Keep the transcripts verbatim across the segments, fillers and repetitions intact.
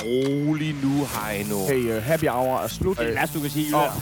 rolig nu, Heino. Hey, uh, happy hour er slut. Det er værst, du kan sige.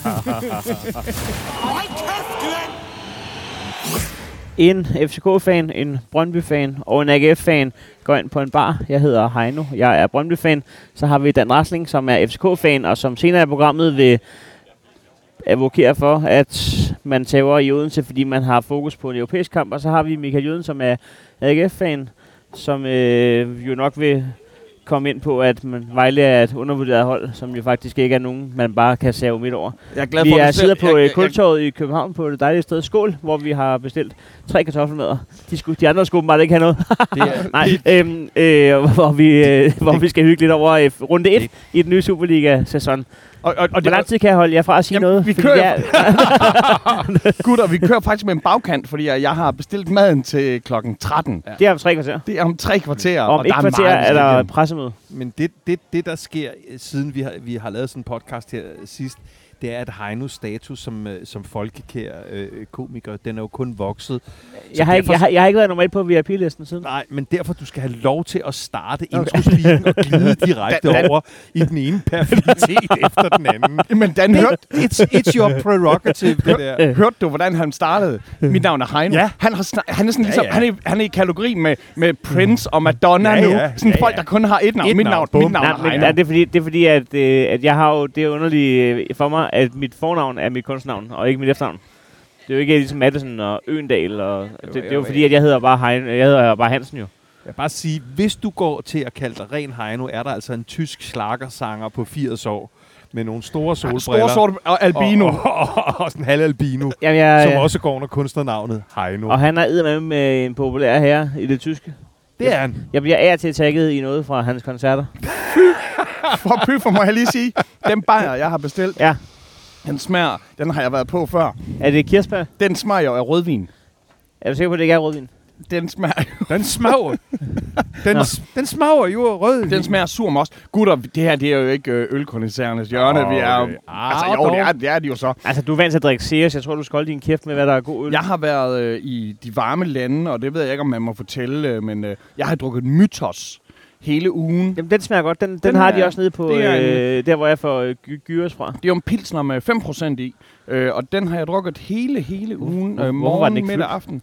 En F C K-fan, en Brøndby-fan og en A G F-fan går ind på en bar. Jeg hedder Heino. Jeg er Brøndby-fan. Så har vi Dan Rasling, som er F C K-fan, og som senere i programmet vil advokere for, at man tager i Odense, fordi man har fokus på en europæisk kamp. Og så har vi Michael Jøden, som er A G F-fan, som øh, jo nok vil komme ind på, at man Vejle er et undervurderet hold, som jo faktisk ikke er nogen, man bare kan save midt over. Jeg er glad for, vi er sidder på jeg, Kultorvet i København på det dejlige sted Skål, hvor vi har bestilt tre kartoffelmadder. De, skulle, de andre skulle bare ikke have noget. Det er, Nej, øhm, øh, hvor, vi, øh, hvor vi skal hygge lidt over øh, runde et i den nye Superliga-sæson. Og, og, og hvor lang tid kan jeg holde jer fra at sige jamen, noget? Vi kører, er Gutter, vi kører faktisk med en bagkant, fordi jeg, jeg har bestilt maden til klokken tretten. Ja. Det er om tre kvarter. Det er om tre kvarter. Og om og et kvarter er, er der pressemøde. Men det, det, det, der sker, siden vi har, vi har lavet sådan en podcast her sidst, det er, at Heinos status som, som folkekær øh, komiker, den er jo kun vokset. Jeg har, ikke, jeg, har, jeg har ikke været normalt på V I P-listen siden. Nej, men derfor du skal have lov til at starte okay. introspigen og glide direkte Dan, over i den ene perfiditet efter den anden. Men Dan, det, hørte, it's, it's your prerogative, det der. Hørte du, hvordan han startede? Mit navn er Heino. Ja. Han, har snak, han er sådan ligesom, ja, ja. Han, er, han er i kategori med, med Prince og Madonna ja, nu. Ja, sådan ja, folk, ja. Der kun har et navn. Et mit navn, navn, mit navn Nej, er Heino. Ja, det er fordi, det er fordi at, øh, at jeg har jo det underlige for mig, at mit fornavn er mit kunstnavn, og ikke mit efternavn. Det er jo ikke ligesom Madison og Øendal, og det, det er jo fordi, at jeg hedder bare Heino, jeg hedder bare Hansen jo. Jeg vil bare sige, hvis du går til at kalde dig ren Heino, er der altså en tysk schlagersanger på firs år, med nogle store solbriller. Store sorte og albino. Og, og, og, og sådan en halv albino, jamen, jeg, som jeg, også går under kunstnernavnet Heino. Og han er eddermame med en populær herre i det tyske. Det er han. Jeg bliver af til tagget i noget fra hans koncerter. For pyffer må jeg lige sige, den bajer, jeg har bestilt, ja. Den smager, den har jeg været på før. Er det kirsebær? Den smager jo af rødvin. Er du sikker på, at det ikke er rødvin? Den smager Den smager. den, den smager jo af rødvin. Den smager sur most. Gutter, det her det er jo ikke ølkondensærernes hjørne. Oh, vi er okay. ah, altså, jo, det er, det er de jo så. Altså, du er vant til at drikke Ceres. Jeg tror, du skal holde din kæft med, hvad der er god øl. Jeg har været øh, i de varme lande, og det ved jeg ikke, om man må fortælle, øh, men øh, jeg har drukket Mythos hele ugen. Jamen, den smager godt. Den, den, den har er, de også nede på, øh, en, der hvor jeg får øh, gyros fra. Det er jo en pilsner med fem procent i, øh, og den har jeg drukket hele, hele ugen. Øh, morgen, middag, aften.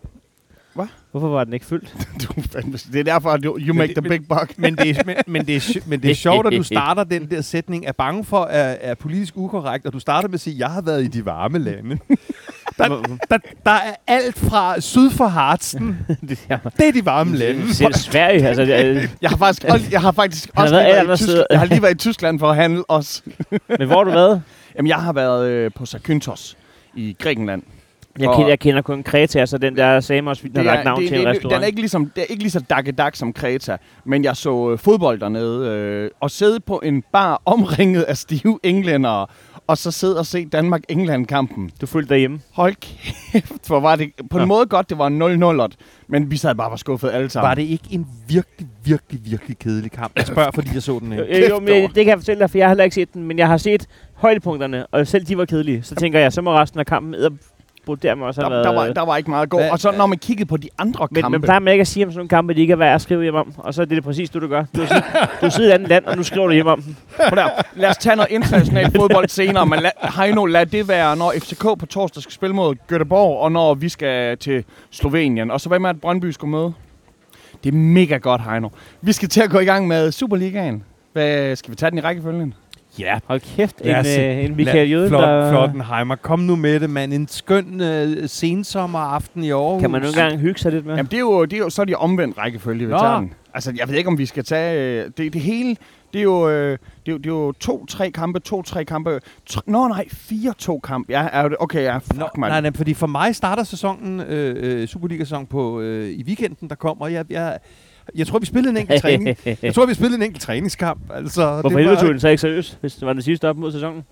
Hvad? Hvorfor var den ikke fyldt? Det er derfor, at you make men det, the big buck. Men det, er, men, men, det er, men det er sjovt, at du starter den der sætning, er bange for, at er politisk ukorrekt, og du starter med at sige, at jeg har været i de varme lande. Der, der, der er alt fra syd for Harzen. det er de varme lande. Det er Sverige. Altså, det, jeg har faktisk, også, jeg har faktisk også har været, været i Tyskland. Jeg har lige været i Tyskland for at handle også. Men hvor har du været? Jamen, jeg har været øh, på Zakynthos i Grækenland. Jeg kender, jeg kender kun Kreta, så den der Samos, vi har lagt navn det, til en det, restaurant. Den er ikke ligesom, det er ikke lige så dakkedak som Kreta, men jeg så øh, fodbold dernede, øh, og sidde på en bar omringet af stive englændere, og så sidde og se Danmark-England-kampen. Du følte dig hjemme? Hold kæft, hvor var det på en måde godt, det var nul nul, men vi sad bare og var skuffet alle sammen. Var det ikke en virkelig, virkelig, virkelig kedelig kamp? Jeg spørger, fordi jeg så den her. Jo, jo, men det kan jeg fortælle dig, for jeg har heller ikke set den, men jeg har set højdepunkterne, og selv de var kedelige. Så tænker jeg, så må resten af kampen edder der, også der, været, der, var, der var ikke meget god. Og så når man kiggede på de andre men, kampe... Men plejer man ikke at sige om sådan nogle kampe, de ikke er værd at skrive hjem om? Og så er det, det præcis, du, du gør. Du er siddet i et andet land, og nu skriver du hjem om den. Der. Lad os tage noget international fodbold senere, men lad, Heino, lad det være, når F C K på torsdag skal spille mod Göteborg, og når vi skal til Slovenien. Og så hvad med, at Brøndby skal møde? Det er mega godt, Heino. Vi skal til at gå i gang med Superligaen. Hvad, skal vi tage den i rækkefølgen? Ja, hold kæft. En, øh, en Michael Jøden, flot, der... Flottenheimer. Kom nu med det, mand. En skøn øh, sensommeraften i Aarhus. Kan man nogle gange hygge sig lidt med? Jamen, det er jo, det er jo så er de omvendt rækkefølge, vi tager den. Altså, jeg ved ikke, om vi skal tage... Øh, det, det hele... Det er jo, øh, det er jo, det er jo to-tre kampe, to-tre kampe... Tr- Nå nej, fire-to kampe. Ja, er det, okay, ja, fuck, Nå, man. Nej, nej, fordi for mig starter sæsonen, øh, Superliga-sæson på øh, i weekenden, der kommer. Jeg... jeg Jeg tror, vi spillede en enkelt træning. Jeg tror, vi spillede en enkelt træningskamp. Altså, hvorfor helvede tog den så ikke seriøst, hvis det var det sidste op mod sæsonen?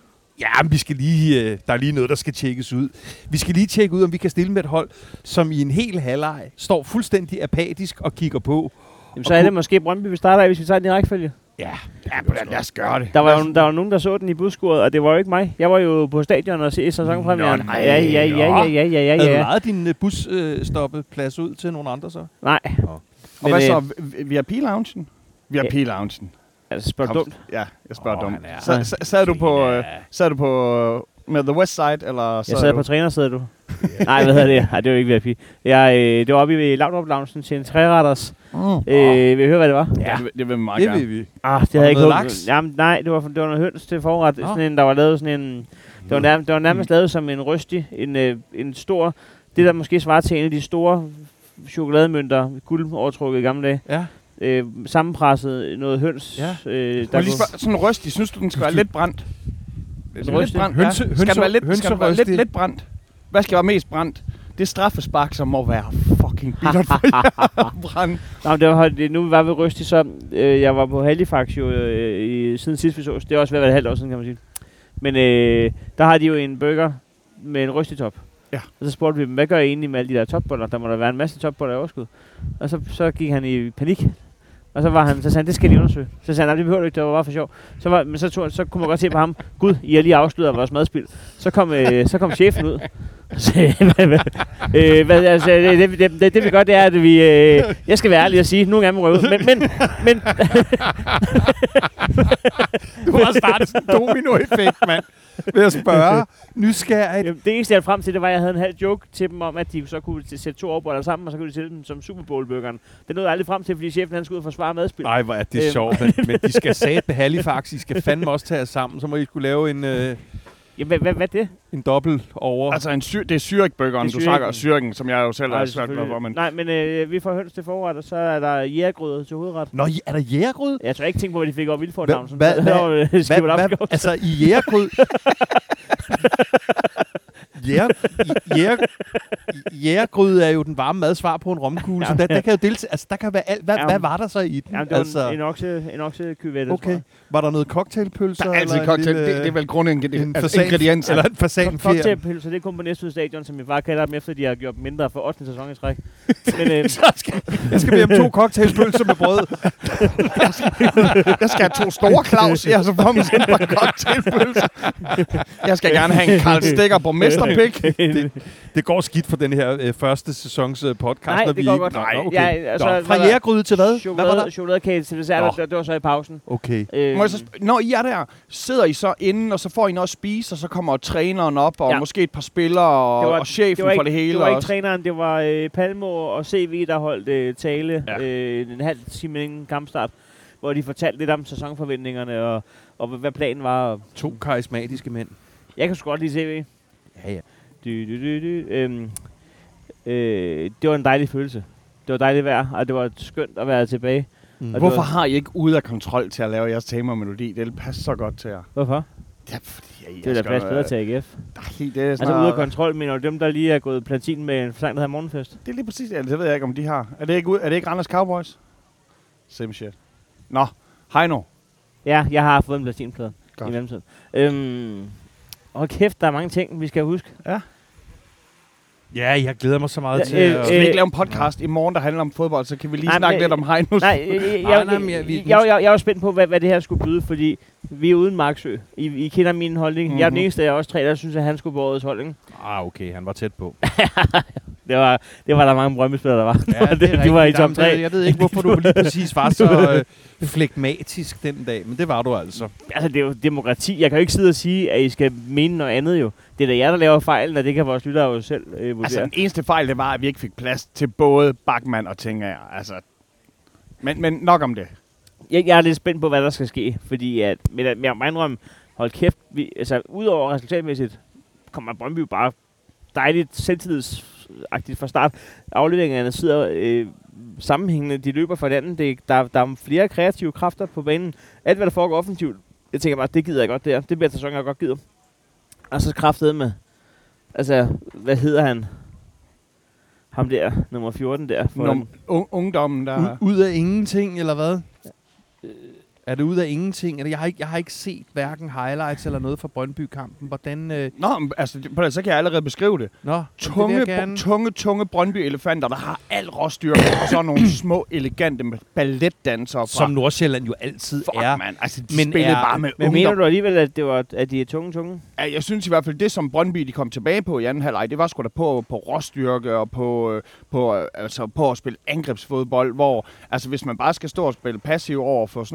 Ja, men vi skal lige, øh, der er lige noget, der skal tjekkes ud. Vi skal lige tjekke ud, om vi kan stille med et hold, som i en hel halvleg står fuldstændig apatisk og kigger på. Jamen, så er det måske Brøndby, vi starter af, hvis vi tager den i rækkefølge. Ja, ja, lad os gøre det. Der var, jo, der var nogen, der så den i budskuret, og det var jo ikke mig. Jeg var jo på stadion og se sæsonpremieren. Nej, ja, ja, ja, ja, ja, ja, ja. Havde du lejet din busstoppeplads ud til nogle andre så? Nej. Og men hvad så? V- V I P-loungen? V I P-loungen. Altså, spørg dumt. Ja, jeg spørger Åh, dumt. han er- Så, så, sad du på, Ja. øh, sad du på med The West Side, eller Jeg sad sad du? på træner, sidder du. Nej, hvad hedder det? Nej, det var ikke V I P. Jeg, øh, det var oppe i Laudrup Loungen til en træretters. Mm. Øh, vil I høre, hvad det var? Ja, det, det vil vi meget Det gerne. vil vi. Ah, det Var havde jeg ikke noget håbet. laks? Jamen, nej, det var, det var noget høns til forret. Nå. Sådan en, der var lavet sådan en... Det var, nærmest, det var nærmest lavet som en røsti. En, øh, en stor... Det, der måske svarer til en af de store chokolademønter, guld overtrukket i gamle dage. Ja. Øh, sammenpresset noget høns. Ja. Øh, Må der jeg lige kunne- spørge, sådan en røsti, synes du, den skal være lidt brændt? Altså, Lidt røsti? brændt, Hønse- ja. Skal den være lidt, hønse- skal den være lidt, hønserøsti? lidt brændt? Hvad skal være mest brændt? Det straffespark, som må være fucking bittert for jer. Brændt. Nå, men det var, det, nu vi var ved Røsti, så øh, jeg var på Halifax jo øh, i, siden sidst vi så. Det er også ved at være et halvt år siden, kan man sige. Men øh, der har de jo en burger med en Røsti-top. Ja. Og så spurgte vi dem, hvad gør I egentlig med alle de der topboller? Der må der være en masse topboller i overskud. Og så, så gik han i panik. Og så var han, så sagde han, det skal de undersøge. Så sagde han, nej, det behøver du ikke, det var bare for sjov. Så var, men så, tog, så kunne man godt se på ham, gud, I har lige afsløret vores madspild. Så kom, øh, så kom chefen ud. Og sagde, hvad, hvad, øh, hvad, altså, det, det, det, det, det vi gør, det er, at vi, øh, jeg skal være ærlig og sige, nogle af dem røvet. Men, men, men Du har startet sådan en dominoeffekt, mand. Ved at spørge nysgerrigt. Jamen, det eneste, jeg frem til, det var, at jeg havde en halv joke til dem om, at de så kunne sætte to overboller sammen, og så kunne de sætte dem som Super Bowl-burgeren. Det nåede jeg aldrig frem til, fordi chefen han skulle ud og forsvare madspil. Nej, hvor er det Øhm. sjovt. Men, men de skal sætte på Halifax. I skal fandme også tage jer sammen. Så må I skulle lave en, øh, Jamen, hvad, hvad, hvad er det? en dobbelt over. Altså, en syr, det er Zürich-burgeren, Det er du snakker. Zürich. Zürich, som jeg jo selv Nej, har det er svært med, selvfølgelig- hvor man... Nej, men øh, vi får høns til forret, og så er der jægergrød til hovedret. Nå, I- er der jægergrød? Jeg tror ikke tænke på, hvad de fik over Vildfort Hva- navn. hvad- hvad- Hvad, hvad, altså, i jægergrød... Jæger, jæger, jægergrød er jo den varme madsvar på en romkugle, så der, der kan jo deltage, altså der kan være alt. Hvad, Jamen. hvad var der så i den? Jamen, det var altså, en, en okse, en oksekyvette, okay. Var der noget cocktailpølser? Der er altid eller en cocktail. lille- Det, det er vel grundingredienser. en Altså, fasan- ingredienser. Eller en fasanfjer. Cocktailpølser, det er kun på Næstved Stadion, som min far kalder dem, efter de har gjort dem mindre for ottende sæson i træk. Men øh, Så skal, jeg skal bede om to cocktailpølser med brød. Jeg skal have to store Claus, ja, så får man sådan et par cocktailpølser. Jeg skal gerne have en Karl Stikker på Mesterpik. det, det går skidt for den her øh, første sæsons øh, podcast. Nej, når det vi går ikke... godt. Nå, Nej. okay. Ja, altså, Nå, hvad fra der- jægergryde til hvad? Hvad var chokolade, der? chokoladekage til dessert, Nå. det, det var så i pausen. Okay. Øh, Må jeg så sp- Når I er der, sidder I så inde, og så får I noget at spise, og så kommer træneren op, og Ja. måske et par spillere, og, Det var- og chefen det var ikke, for det hele. Det var ikke også. træneren, det var øh, Palmo og C V, der holdt øh, tale Ja. ja. øh, en halv time inden kampstart, hvor de fortalte lidt om sæsonforventningerne og, og hvad planen var. Og To karismatiske mænd. jeg kan sgu godt lide C V. Ja, ja. Du, du, du, du. Øhm, øh, det var en dejlig følelse. Det var dejligt vejr, og det var skønt at være tilbage. Mm. Og det Hvorfor var- har I ikke ude af kontrol til at lave jeres tema og melodi? Det passer så godt til jer. Hvorfor? Ja, fordi jeg, Det er da plads bedre til A G F. Nej, det er, Altså ude af kontrol, mener du dem, der lige er gået platin med en sang, der hedder Morgenfest? det er lige præcis det. Det ved jeg ikke, om de har. Er det ikke, ud, er det ikke Randers Cowboys? Same shit. Nå, Heino. Ja, jeg har fået en platinplade i Godt. mellemtiden. Øhm, hold kæft, der er mange ting, vi skal huske. Ja, jeg glæder mig så meget Ja, til øh, at... Skal vi Øh, ikke lave en podcast i morgen, der handler om fodbold, så kan vi lige Nej, snakke men- lidt om Heinos. Nej, jeg, jeg, Nej, jeg, nej, men jeg- vi- jeg, jeg, jeg, jeg var spændt på, hvad, hvad det her skulle byde, fordi vi er uden Marksø. I, I kender min holdning. Mm-hmm. Jeg er den Mhm. eneste af os tre, der synes, at han skulle på årets holdning. Ah, okay, han var tæt på. Det var, det var der mange Brøndby-spillere, der var. Ja, det er de var i rigtigt. top Jamen, tre. det- Jeg ved ikke, hvorfor du lige præcis var så øh, flegmatisk den dag, men det var du altså. Altså, det er jo demokrati. Jeg kan jo ikke sidde og sige, at I skal mene noget andet jo. Det er da jer, der laver fejlen, og det kan vores lyttere jo selv øh, vurdere. Altså, den eneste fejl, det var, at vi ikke fik plads til både Bachmann og Tinger. Altså, men, men nok om det. jeg, jeg er lidt spændt på, hvad der skal ske, fordi at, men at- jeg må indrømme, hold kæft, vi, altså udover resultatmæssigt, kommer Brøndby bare dejligt selvtillidsagtigt fra start. Afleveringerne sidder øh, sammenhængende, de løber for hinanden, det, der, der er flere kreative kræfter på banen. Alt hvad der foregår offensivt, jeg tænker bare, det gider jeg godt der. Det bliver sæson, jeg godt gider. Og så kraftet med, altså, hvad hedder han? Ham der, nummer fjorten der. For Num- un- ungdommen, der... Ud, ud af ingenting, eller hvad? Er det ud af ingenting? Eller jeg har ikke, jeg har ikke set hverken highlights eller noget fra Brøndby-kampen. Hvordan... Øh... Nå, men altså, det- på det, så kan jeg allerede beskrive det. Nå, det vil Tunge, jeg gerne. tunge, tunge Brøndby-elefanter, der har al råstyrke, og så nogle små, elegante balletdansere fra... Som Nordsjælland jo altid Fuck, er. man. Altså, de Men men spillede er- bare med Men ungdom. mener du alligevel, at, det var, at de er tunge, tunge? Ja, jeg synes i hvert fald, det som Brøndby de kom tilbage på i anden halvleg, det var sgu da på, på råstyrke og på, øh, på, øh, altså på at spille angrebsfodbold, hvor altså, hvis man bare skal stå og spille passiv over for sådan nogle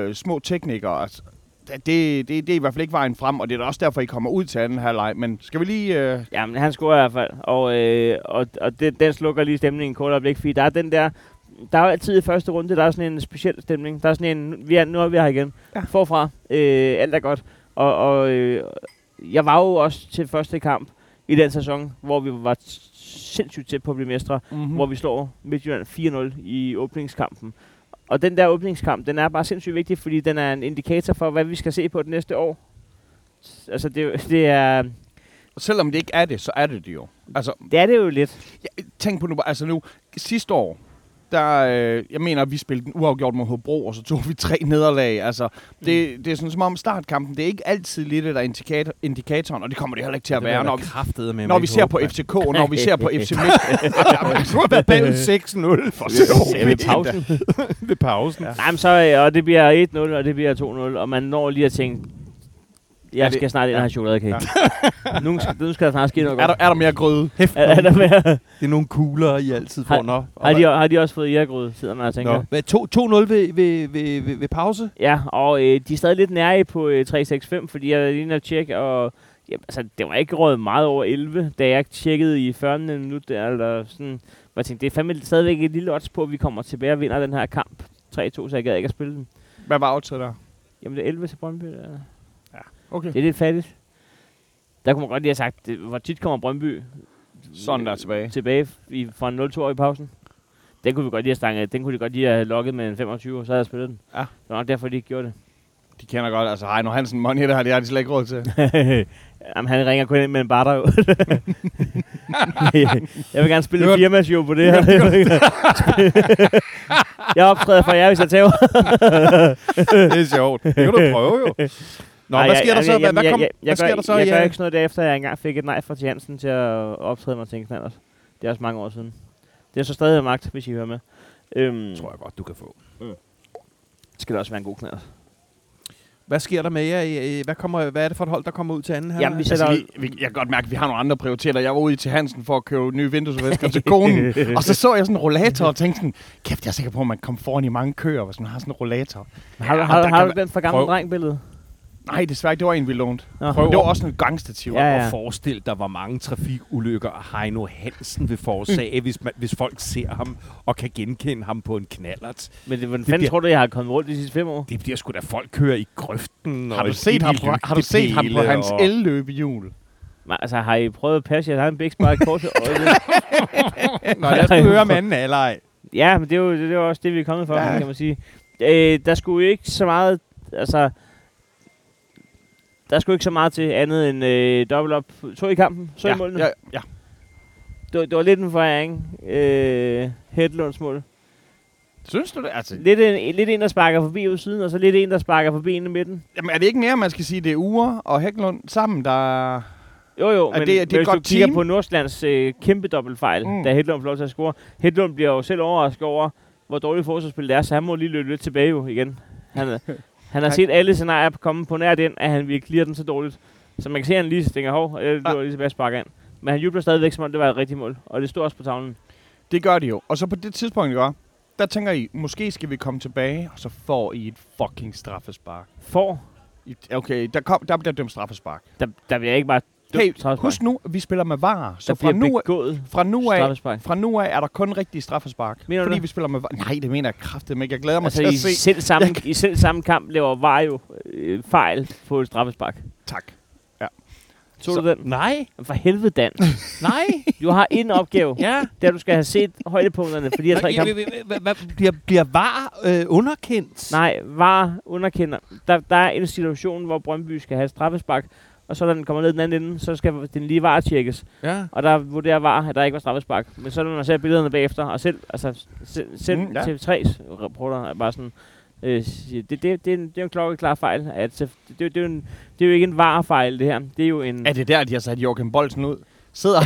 øh, små teknikere. Altså, det, det, det er i hvert fald ikke vejen frem, og det er da også derfor, I kommer ud til anden halvleg. Men skal vi lige... Øh... Jamen, han scorer i hvert fald, og, øh, og, og det, den slukker lige stemningen en kort øjeblik, fordi der er den der... Der er jo altid i første runde, der er sådan en speciel stemning. Der er sådan en... Vi er, nu er vi her igen. Ja. Forfra. Øh, alt er godt. Og, og øh, jeg var jo også til første kamp i den sæson, hvor vi var sindssygt tæt på at blive mestre, mm-hmm. hvor vi slår Midtjylland fire nul i åbningskampen. Og den der åbningskamp, den er bare sindssygt vigtig, fordi den er en indikator for, hvad vi skal se på det næste år. Altså, det, det er... Selvom det ikke er det, så er det det jo. Altså, det er det jo lidt. Ja, tænk på nu, altså nu, sidste år, der, øh, jeg mener, vi spillede den uafgjort mod Hobro, og så tog vi tre nederlag. Altså, det, mm. det er sådan som om startkampen, det er ikke altid lidt der indikator, indikatoren, og det kommer det heller ikke til at være, når vi, med når vi ser på F C K, når vi ser på F C Midtjylland. Du har været bagud seks nul for så ved pausen. Ved pausen. Ja. Nej, men så, og det bliver et nul, og det bliver to nul, og man når lige at tænke, jeg skal snart ind og have chokoladekage. Ja. nu, skal, nu skal der snart ske noget godt. Er der, er der mere grøde? Er, er der mere? Det er nogle kugler, I altid får. Har, har, de, har de også fået irgrøde, sidder man og tænker? to nul ved, ved, ved, ved, ved pause? Ja, og øh, de er stadig lidt nære på øh, tre seks fem, fordi jeg er lige at tjekke, og ja, altså, det var ikke røget meget over elleve, da jeg tjekkede i fyrrende minut der, eller sådan. Jeg tænkte, det er fandme stadigvæk et lille odds på, at vi kommer tilbage og vinder den her kamp tre to, så jeg gad ikke at spille den. Hvad var oddset der? Jamen, det er elleve til Brøndby. Der. Okay. Det er lidt fattigt. Der kunne man godt lige have sagt, det, hvor tit kommer Brøndby sådan der tilbage, tilbage i, fra en nul to år i pausen. Den kunne vi godt lige have stanget. Den kunne de godt lige have logget med en femogtyve, så havde jeg spillet den. Ja. Det var nok derfor, de ikke gjorde det. De kender godt, altså Heino Hansen, Money, der har de, har de slet ikke råd til. Jamen, han ringer kun ind med en barter jo. Jeg vil gerne spille et firmashow på det her. Jeg optræder for jer, hvis jeg tager. Det er sjovt. Det kan du prøve jo. Nå, nej, hvad sker jeg, der så? Jeg, hvad, hvad, jeg, kom, jeg, hvad sker gør, der så? Jeg ja. gør ikke sådan noget derefter, jeg engang fik et nej fra Jansen til at optræde mig til en knallert. Det er også mange år siden. Det er så stadig magt, hvis I hører med. Øhm, tror jeg godt, du kan få. Mm. Skal det også være en god knallert. Hvad sker der med jer? Hvad, kommer, hvad er det for et hold, der kommer ud til anden her? Jamen, vi sætter altså, vi, vi, jeg kan godt mærke, at vi har nogle andre prioriteter. Jeg var ude til Hansen for at købe nye vinduesvæsker til konen. Og så så jeg sådan en rollator og tænkte sådan, kæft, jeg er sikker på, at man kommer foran i mange køer, hvis man har sådan en rollator. Har, ja, har, har du den for gamle drengbillede? Nej, desværre ikke. Det var en, vi lånte. Nå. Det var også en gangstativ. Ja, ja. Og forestil dig, hvor mange trafikulykker Heino Hansen vil forårsage, mm. hvis, man, hvis folk ser ham og kan genkende ham på en knallert. Men det, hvordan fanden bliver, tror du, jeg har kommet rundt de sidste fem år? Det bliver sgu da folk kører i grøften. Har du set ham på, har du set ham på hans og... el-løbehjul? Altså, har I prøvet at passe? Jeg har en bæk bare i korset. Nå, lad os høre om anden halvleg. Ja, men det er jo det er også det, vi er kommet for, ja. Kan man sige. Øh, der skulle jo ikke så meget... Altså... Der skulle ikke så meget til andet end øh, dobbelt op. Så i kampen? Så ja, i målene? Ja, ja. Det, var, det var lidt en foræring. Øh, Hedlunds mål. Synes du det? Altså, lidt, en, lidt en, der sparker forbi ud siden, og så lidt en, der sparker forbi ind i midten. Jamen er det ikke mere, man skal sige, det er Ure og Hækkelund sammen, der... Jo, jo, er men det, er det hvis godt du kigger team? på Nordsjællands øh, kæmpe dobbeltfejl, mm. da Hedlund får lov til at score. Hedlund bliver jo selv overrasket over, hvor dårligt forsvarsspil det er, så han må lige løbe lidt tilbage jo igen. Han, han har set alle scenarier komme på nær den, at han virkelig clear den så dårligt. Så man kan se, at han lige stinger hov, eller det var lige tilbage sparker ind. Men han jubler stadigvæk, som om det var et rigtigt mål. Og det stod også på tavlen. Det gør de jo. Og så på det tidspunkt, gør, der tænker I, måske skal vi komme tilbage, og så får I et fucking straffespark. Får? Okay, der, kom, der bliver dømt straffespark. Der, der vil jeg ikke bare hey, husk nu, at vi spiller med V A R. Så fra nu, fra, nu af, fra nu af er der kun rigtig straffespark. Mener fordi det? vi spiller med V A R. Nej, det mener jeg kraftedeme ikke. Jeg glæder mig altså til at i se. Selv samme, I selv samme kamp laver V A R jo øh, fejl på et straffespark. Tak. Ja. Så, så du den? Nej. For helvede, Dan. Nej. Du har en opgave. Ja. Der du skal have set højdepunkterne for de her tre kampe. Bliver, bliver V A R øh, underkendt? Nej, V A R underkender. Der, der er en situation, hvor Brøndby skal have straffespark, og så når den kommer ned den anden ende, så skal den lige V A R-tjekkes. Ja. Og der vurderer V A R, at der ikke var straffespark. Men så når man ser billederne bagefter, og selv, altså, selv, selv mm, ja. T V tre's rapporter er bare sådan, øh, det, det, det, det, er en, det er en klokkeklar fejl. At, det, det, det, er en, det er jo ikke en V A R-fejl, det her. Det er jo en... Er det der, de har sat Joachim Bolsen ud? Sidder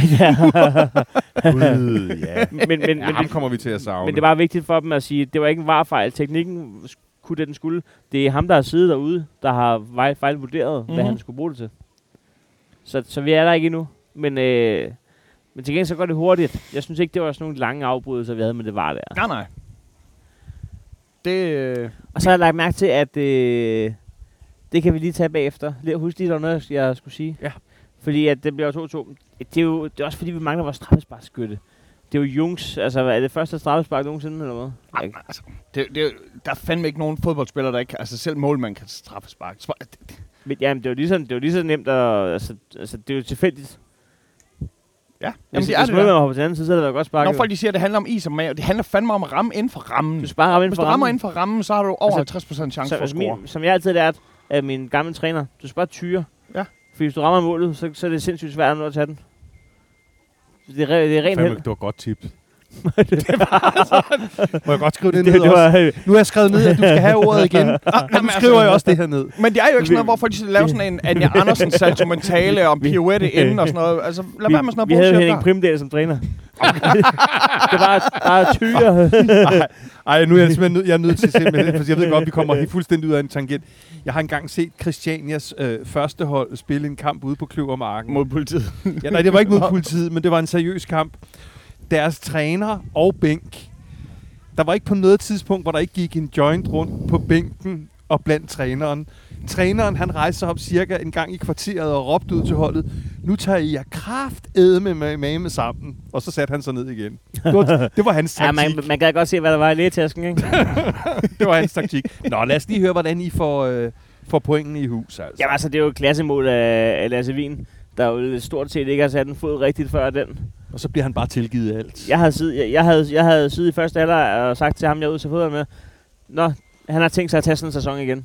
Gud, ja. Men, men, ja, men, ham kommer vi til at savne. Men det er bare vigtigt for dem at sige, at det var ikke en V A R-fejl. Teknikken kunne det, den skulle. Det er ham, der har siddet derude, der har fejlvurderet, mm-hmm. hvad han skulle bruge det til. Så, så vi er der ikke endnu. Men, øh, men til gengæld så går det hurtigt. Jeg synes ikke, det var sådan nogle lange afbrydelser, vi havde med det var der. Nej, nej. Det, øh, Og så har jeg lagt mærke til, at øh, det kan vi lige tage bagefter. Husk lige, der var noget, jeg skulle sige. Ja. Fordi at det bliver to to. Det er jo det er også fordi, vi mangler vores straffesparkskytte. Det er jo Jungs, altså er det første straffespark nogensinde, eller hvad? ej, altså, det, det, der er fandme ikke nogen fodboldspillere, der ikke... Altså selv målmand kan straffespark. Men jamen, det er jo lige så, det er jo lige så nemt at... Altså, altså det er jo tilfældigt. Ja, Jamen, jamen, hvis, det er hvis det målmanden der. var på den anden side, så er det da godt sparket. Når folk de siger, at det handler om is og mave, det handler fandme om at ramme inden for rammen. Du skal bare ramme inden Hvis for du rammer rammen. inden for rammen, så har du over Altså, halvtreds procent chance Så, for at altså, score. min, som jeg altid har lært af min gamle træner, du skal bare tyre. Ja. Fordi hvis du rammer målet, så, så er det sindssygt svært at nå at tage den. Det er, re- det er rent held. Det var godt tip. Må jeg godt skrive det ned det, det også? var, Nu har jeg skrevet ned, at du skal have ordet igen. Nu skriver jeg også det her ned. Men det er jo ikke sådan noget, hvor folk de laver sådan en Anja Andersen saltomentale om pirouette inden og sådan noget. Altså, lad vi, være med sådan vi noget havde bullshit Henning der. Primdal som træner. det var bare tyre. Ej, ej, nu er jeg simpelthen nød, jeg er nødt til simpelthen, for jeg ved godt, vi kommer helt fuldstændig ud af en tangent. Jeg har engang set Christianias øh, første hold spille en kamp ude på Kløvermarken. Mod politiet. Ja, nej, det var ikke mod politiet, men det var en seriøs kamp. Deres træner og bænk. Der var ikke på noget tidspunkt, hvor der ikke gik en joint rundt på bænken og blandt træneren. Træneren, han rejste sig op cirka en gang i kvarteret og råbte ud til holdet, nu tager I jer kraftedme med mame sammen. Og så satte han sig ned igen. Det var, det var hans Ja, taktik. man, man kan godt se, hvad der var i lægetasken, ikke? Det var hans taktik. Nå, lad os lige høre, hvordan I får, øh, får pointen i hus. Altså. Jamen altså, det er jo et klassemål af, af Lasse Wien, der jo stort set ikke har sat en fod rigtigt før den. Og så bliver han bare tilgivet alt. Jeg havde siddet, jeg, jeg havde, jeg havde siddet i første alder og sagt til ham, jeg er ude til fodbold med, nå, han har tænkt sig at tage sådan en sæson igen.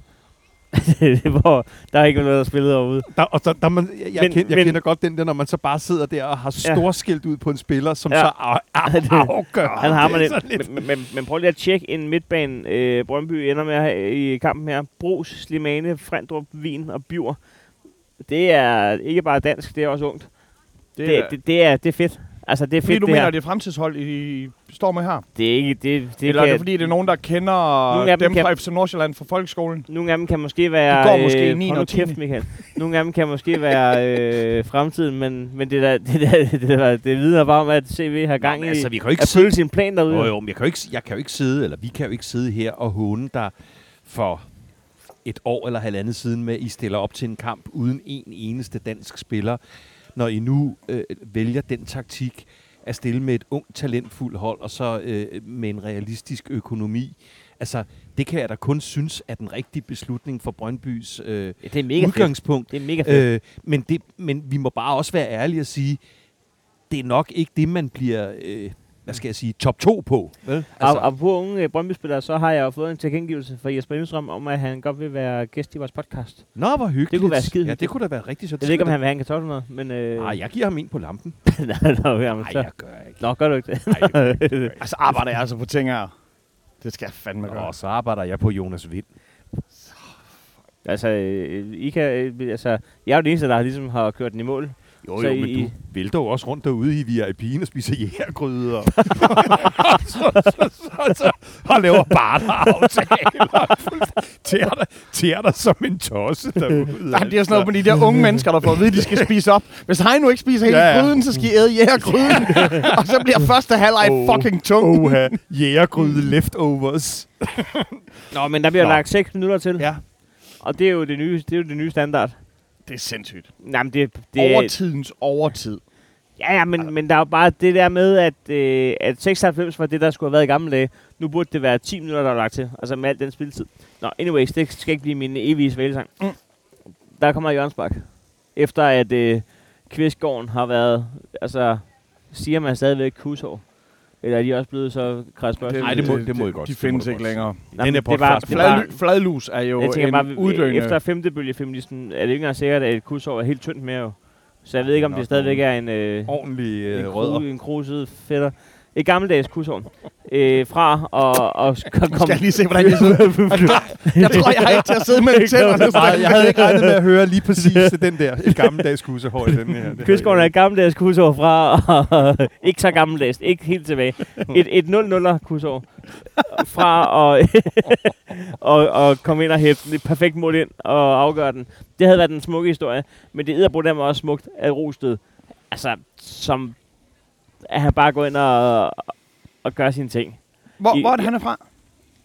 Hvor der er ikke noget, der spillet overhovedet. Der, og der, der man, jeg, Men- kend, jeg men- kender godt den der, når man så bare sidder der og har storskilt ud på en spiller, som Ja. så af, af, afgør. Han har man det. er det. sådan lidt- Men, men, men prøv lige at tjekke en midtbane. Øh, Brøndby ender med at have i kampen her. Brugs, Slimane, Frendrup, Wien og Bjur. Det er ikke bare dansk, det er også ungt. Det, det, det, det, er, det er fedt. Altså, det er Fordi fedt, du det mener, her. det er fremtidshold, I står med her? Det er ikke... Det, det Det Eller er kan, det fordi, det er nogen, der kender Nogle af dem dem kan- fra F C Nordsjælland fra folkeskolen? Nogle af dem kan måske være... De går måske i øh, niende hold nu og tiende. kæft, Michael. Nogle af dem kan måske være øh, fremtiden, men, men det, der, det, der, det, der, det vidner bare om, at C V har gang Nå, i men altså, vi kan jo ikke at følge sin plan derude. Jo, jo, men jeg kan jo ikke, jeg kan jo ikke sidde, eller vi kan jo ikke sidde her og håne der for et år eller halvandet siden med, at I stiller op til en kamp uden en eneste dansk spiller, når I nu øh, vælger den taktik at stille med et ungt, talentfuldt hold, og så øh, med en realistisk økonomi. Altså, det kan jeg da kun synes er den rigtige beslutning for Brøndbys øh, Ja, det er mega fedt. udgangspunkt. Det er mega fedt. Øh, men, det, men vi må bare også være ærlige og sige, det er nok ikke det, man bliver, øh, hvad skal jeg sige, top to på. Vel? Altså. Og, og på unge øh, Brøndby-spillere, så har jeg jo fået en tilkendegivelse fra Jesper Lindstrøm om, at han godt vil være gæst i vores podcast. Nå, hvor hyggeligt. Det kunne være skide Ja, det hyggeligt. kunne da være rigtig så. Jeg ved ikke, om han vil have en kartoffelmad, men... Øh... Nej, jeg giver ham en på lampen. nej, nå, jamen, Nej, så. jeg gør ikke. Nå, gør du ikke det? Nej, det gør jeg ikke. Altså arbejder jeg altså på ting her. Det skal jeg fandme gøre. Og så arbejder jeg på Jonas Vind. altså, øh, I kan... Øh, altså, jeg er jo den eneste, der ligesom har kørt den i mål. Jo, Så jo, I- men du vælter jo også rundt derude i V I P'en og spiser jægergryde og, så, så, så, så, og laver barteraftaler. Tærer dig, tærer dig som en tosse derude. Nej, det er sådan noget med de der unge mennesker, der får at vide, at de skal spise op. Hvis Heino ikke spiser hele Ja, ja. gryden, så skal I æde jægergryden. Og så bliver første halvleg Åh. fucking tung. Oha, jægergryde leftovers. Nå, men der bliver Nå. lagt seks minutter til. Ja. Og det er jo det nye, det er jo det nye standard. Det er sindssygt. Nej, men det, det er... Overtidens overtid. Ja, ja, men, men der er jo bare det der med, at, øh, at seksoghalvfems var det, der skulle have været i gamle dage. Nu burde det være ti minutter, der er lagt til. Altså med al den spilletid. Nå, anyways, det skal ikke blive min evige svælesang. Mm. Der kommer Jørgens Bak. Efter at øh, Kvistgården har været, altså, siger man stadigvæk kushår. Eller er de også blevet så kredsbørste? Nej, det må- det må I godt. De Det må findes du ikke godt længere. Nej, Den men er det var, podcast. det var, Fladly, fladlus er jo jeg tænker en bare, uddøende... efter femtebølgefeministen er det ikke engang sikkert, at et kushår er helt tyndt mere jo. Så jeg ved ikke, om Nå, det stadigvæk er en... Øh, Ordentlig en, øh, kru, rødder. en kruset fætter. Et gammeldags kushår. Øh, fra og, og kom, Skal jeg lige se, hvordan jeg sidder? Jeg tror, jeg har ikke til at sidde med tænderne. Nej, jeg havde ikke regnet med at høre lige præcis den der. Et gammeldags kussehår i den her. Det havde Kvistgården er jeg et gammeldags kushår fra, og ikke så gammeldags, ikke helt tilbage. Et, et nul-nuller kushår fra og, og, og komme ind og hætte et perfekt mål ind og afgøre den. Det havde været en smukke historie, men det edderbrudt der var også smukt af Rosted. Altså, som at han bare går ind og, og gør sine ting. Hvor, I- hvor er det, han er fra?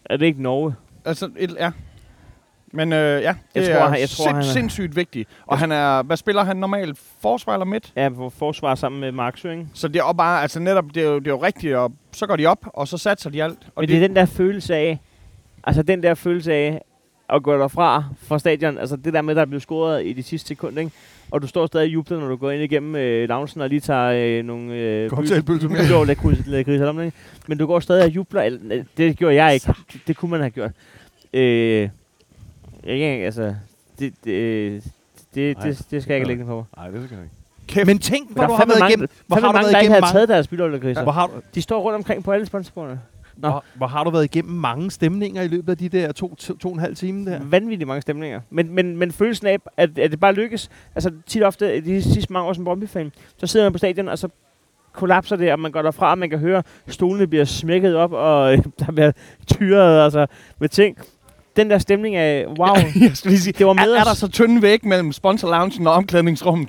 Er det ikke Norge? Altså, et, ja. Men øh, ja, det jeg er tror, han, jeg tror, sind, han er, sindssygt vigtigt. Og han er, hvad spiller han normalt? Forsvar eller midt? Ja, på forsvar sammen med Mark Søring. Så det er jo bare, altså netop, det er jo, det er jo rigtigt, og så går de op, og så satser de alt. Og Men det er den der følelse af, altså den der følelse af at gå derfra fra stadion, altså det der med, der er blevet scoret i de sidste sekunder, ikke? Og du står stadig og jubler, når du går ind igennem øh, loungen og lige tager øh, nogle øh, Cocktailpølse med. Jo, det kunne jeg grise om, ikke? Men du går stadig og jubler. Eller, det gjorde jeg ikke. Det, det kunne man have gjort. Øh, ikke, altså, det, det, det, det, det skal jeg ikke lægge på. Nej, det skal jeg ikke. Kæft. Men tænk, hvor der du har været mange, igennem. Hvor har du mange, været der ikke igennem havde taget deres bytteoldergriser. Hvor har du, de står rundt omkring på alle sponsorerne. hvor, hvor har du været igennem mange stemninger i løbet af de der to, to, to og en halv time der? Vanvittigt mange stemninger. Men, men, men følelsen af, at, at det bare lykkes. Altså tit ofte, de sidste mange år som Brøndby-fan, så sidder man på stadion, og så kollapser det, og man går derfra, og man kan høre, stolene bliver smækket op, og øh, der bliver tyret altså, med ting. Den der stemning af, wow, jeg skal lige sige, det var med er, os. er der så tynde væg mellem sponsor-loungen og omklædningsrummet?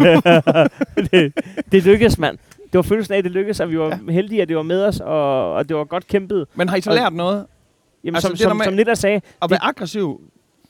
det, det, det lykkedes, mand. Det var følelsen af, at det lykkedes, og vi var ja. heldige, at det var med os, og, og det var godt kæmpet. Men har I så og, lært noget? Jamen, altså, som, det som, med som lidt der sagde... At være aggressiv?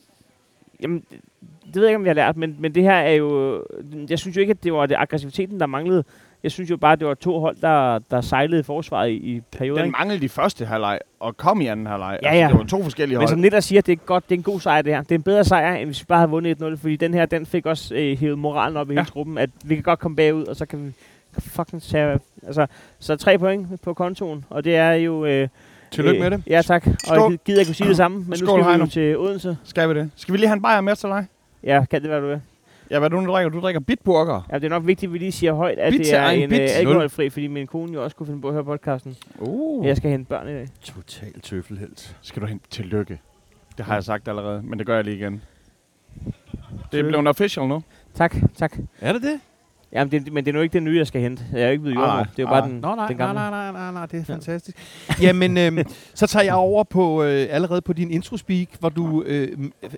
Jamen, det, det ved jeg ikke, om vi har lært, men, men det her er jo... Jeg synes jo ikke, at det var det aggressiviteten, der manglede. Jeg synes jo bare, at det var to hold, der, der sejlede i forsvaret i, i perioder. Den manglede i første halvleg, og kom i anden halvleg. Ja, ja. Altså, det var to forskellige hold. Men som lidt der siger, at det er godt, det er en god sejr, det her. Det er en bedre sejr, end hvis vi bare havde vundet et nul, fordi den her, den fik også øh, hævet moralen op i ja. hele truppen, at vi kan godt komme bagud, og så kan vi fucking tage... Altså, så tre point på kontoen, og det er jo... Øh, Tillykke øh, med det. Ja, tak. Skål. Og jeg gider ikke kunne sige det samme, men Skål, nu skal vi Heino. jo til Odense. Skal vi det? Skal vi lige have en bajer med til dig? Ja, kan det være, du vil? Ja, hvad du nu drikker? Du drikker bitburger. Ja, det er nok vigtigt, at vi lige siger højt, at Bit det er er en en bit. øh, alkoholfri, fordi min kone jo også kunne finde på at høre podcasten. Uh. Jeg skal hente børn i dag. Total tøffelhelt. Skal du hen tillykke? Det har jeg sagt allerede, men det gør jeg lige igen. Det er blevet official nu. Tak, tak. Er det det? Jamen, det, men det er nu ikke det nye, jeg skal hente. Jeg er jo ikke ved jordmor. Det er jo bare den, Nå, nej, den nej, gamle. nej, nej, nej, nej, det er ja. fantastisk. Jamen, øhm, så tager jeg over på øh, allerede på din introspeak, hvor du øh,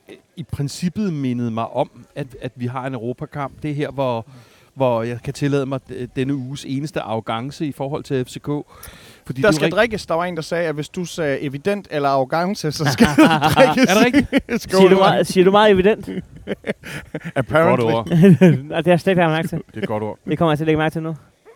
i princippet mindede mig om, at, at vi har en Europakamp. Det er her, hvor, hvor jeg kan tillade mig denne uges eneste arrogance i forhold til F C K. Fordi der du skal rig- drikkes. Der var en, der sagde, at hvis du sagde evident eller arrogance, så skal der drikkes. Er det rigtigt? Siger du, meget, siger du meget evident? Apparently. Godt ord. Nej, det har jeg slet ikke lagt mærke til. Det er et godt ord. Det kommer jeg til at lægge mærke til nu.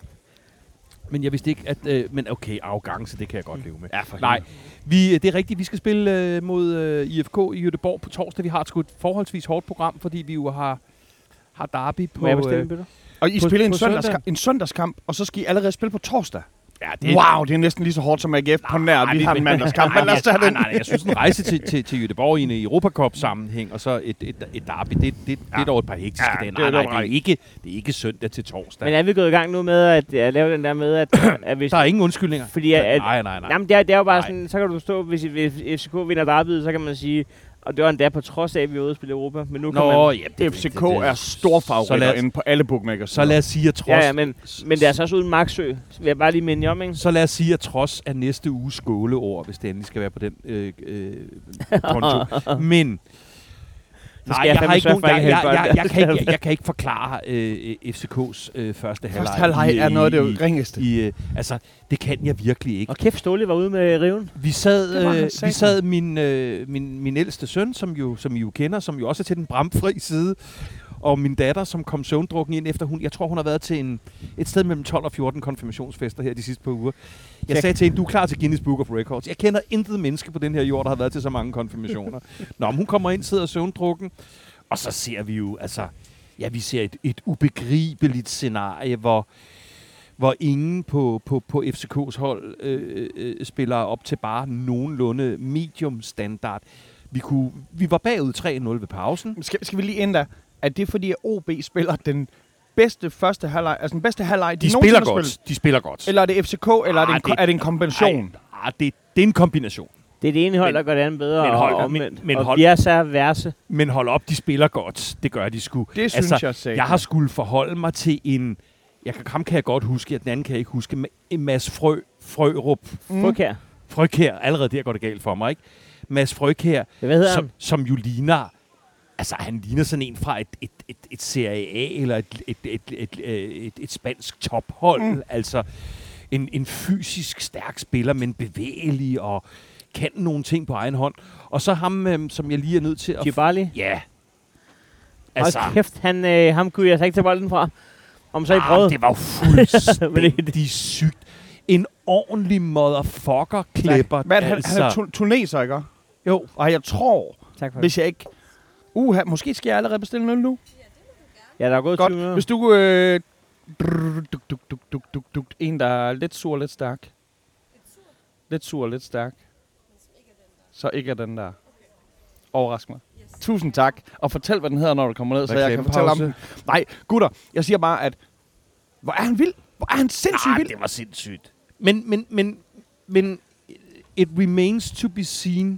Men jeg vidste ikke, at... Øh, men okay, arrogance, det kan jeg godt leve med. Ja, for Nej, vi, det er rigtigt. Vi skal spille øh, mod øh, I F K i Göteborg på torsdag. Vi har et sgu et forholdsvis hårdt program, fordi vi jo har, har derby på... Må jeg bestille en øh, bytter? Og I På- spiller en, på søndagskamp, søndag? en søndagskamp, og så skal I allerede spille på torsdag. Ja, Det wow, det er næsten lige så hårdt som A G F på nær. Vi har en mandagskamp, men lad os tage nej, den. nej, jeg synes, en rejse til, til, til Göteborg i en Europacup-sammenhæng, og så et, et, et derby, det, det, det, det er dog et par hektiske Ja, dage. det er Nej, nej, dog det er, right. ikke, det er ikke søndag til torsdag. Men er vi gået i gang nu med at, at lave den der med, at, at hvis... Der er ingen undskyldninger. Fordi at, at, nej, nej, nej. Jamen, det er, det er jo bare Nej. sådan, så kan du stå, hvis, hvis F C K vinder derbyet, så kan man sige, og det var endda på trods af, at vi er ude og spille Europa, men nu kan Nå, man... ja, det, F C K det, det, det, er stor så favoritter lad os- inde på alle bookmakers. Så lad os sige, at trods... Ja, ja, men, men det er så også uden Maxø, vil jeg bare lige minde jer om, ikke? Så lad os sige, at trods af næste uges skåleord, hvis det endelig skal være på den øh, øh, konto. Men... Så Nej, skal jeg jeg, fandme har ikke sørge nogen, for, jeg, at jeg, ikke jeg, hælde jeg, kan ikke, jeg, jeg kan ikke forklare øh, F C K's øh, første halvleg. Første halvleg er i- noget af det i- ringeste. I, øh, altså, det kan jeg virkelig ikke. Og kæft, Ståle var ude med riven. Vi sad, Det var han øh, satan. vi sad min, øh, min, min ældste søn, som, jo, som I jo kender, som jo også er til den bramfri side, og min datter, som kom søvndrukken ind efter hun, jeg tror hun har været til en, et sted mellem tolv og fjorten konfirmationsfester her de sidste par uger. Jeg Check. sagde til hende, du er klar til Guinness Book of Records. Jeg kender intet menneske på den her jord, der har været til så mange konfirmationer. Nå, men hun kommer ind, sidder søvndrukken, og så ser vi jo, altså, ja, vi ser et, et ubegribeligt scenarie, hvor hvor ingen på, på, på F C K's hold øh, øh, spiller op til bare nogenlunde medium standard. Vi, kunne, vi var bagud tre nul ved pausen. Skal, skal vi lige ind der? Er det fordi, at O B spiller den bedste første halvleg, altså den bedste halvleg, De nogensinde spiller har godt. spillet? De spiller godt. Eller er det F C K, eller er det, Ah, en, det- er det en kombination? Ej, det, det er en kombination. Det er det ene hold, Men- der gør det andet bedre, men og hold- omvendt. men- men og hold- vi er så verse. Men hold op, de spiller godt. Det gør de sgu. Det synes altså, jeg sagde. Jeg har skulle forholde mig til en... Jeg kan, ham kan jeg godt huske, den anden kan jeg ikke huske. Ma- Mads Frø, Frørup. Mm. Frøkær. Frøkær. Allerede der går det galt for mig, ikke? Mads Frøkær, Hvad hedder som, han? som jo ligner... Altså, han ligner sådan en fra et, et, et, et Serie A eller et, et, et, et, et, et, et spansk tophold. Mm. Altså, en, en fysisk stærk spiller, men bevægelig og kan nogle ting på egen hånd. Og så ham, øh, som jeg lige er nødt til at... Djibali? Ja. Altså. Hold kæft, han, øh, ham kunne jeg så ikke tage bolden fra. Om så I prøvede. Det var jo fuldstændig sygt. En ordentlig motherfucker-klipper. Hvad er det, altså. han er tuneser, ikke? Jo. Og jeg tror, tak for hvis jeg ikke... Uha, måske skal jeg allerede bestille en øl nu. Ja, der er gået Godt. tyve minutter. Hvis du... Øh, duk, duk, duk, duk, duk, duk. En, der er lidt sur og lidt stærk. Lidt sur og lidt stærk. Så ikke er den der. Overrask mig. Yes. Tusind tak. Og fortæl, hvad den hedder, når du kommer ned, så jeg kan fortælle om den. Nej, gutter, jeg siger bare, at... Hvor er han vild? Hvor er han sindssygt ah, vild? det var sindssygt. Men, men, men, men... It remains to be seen.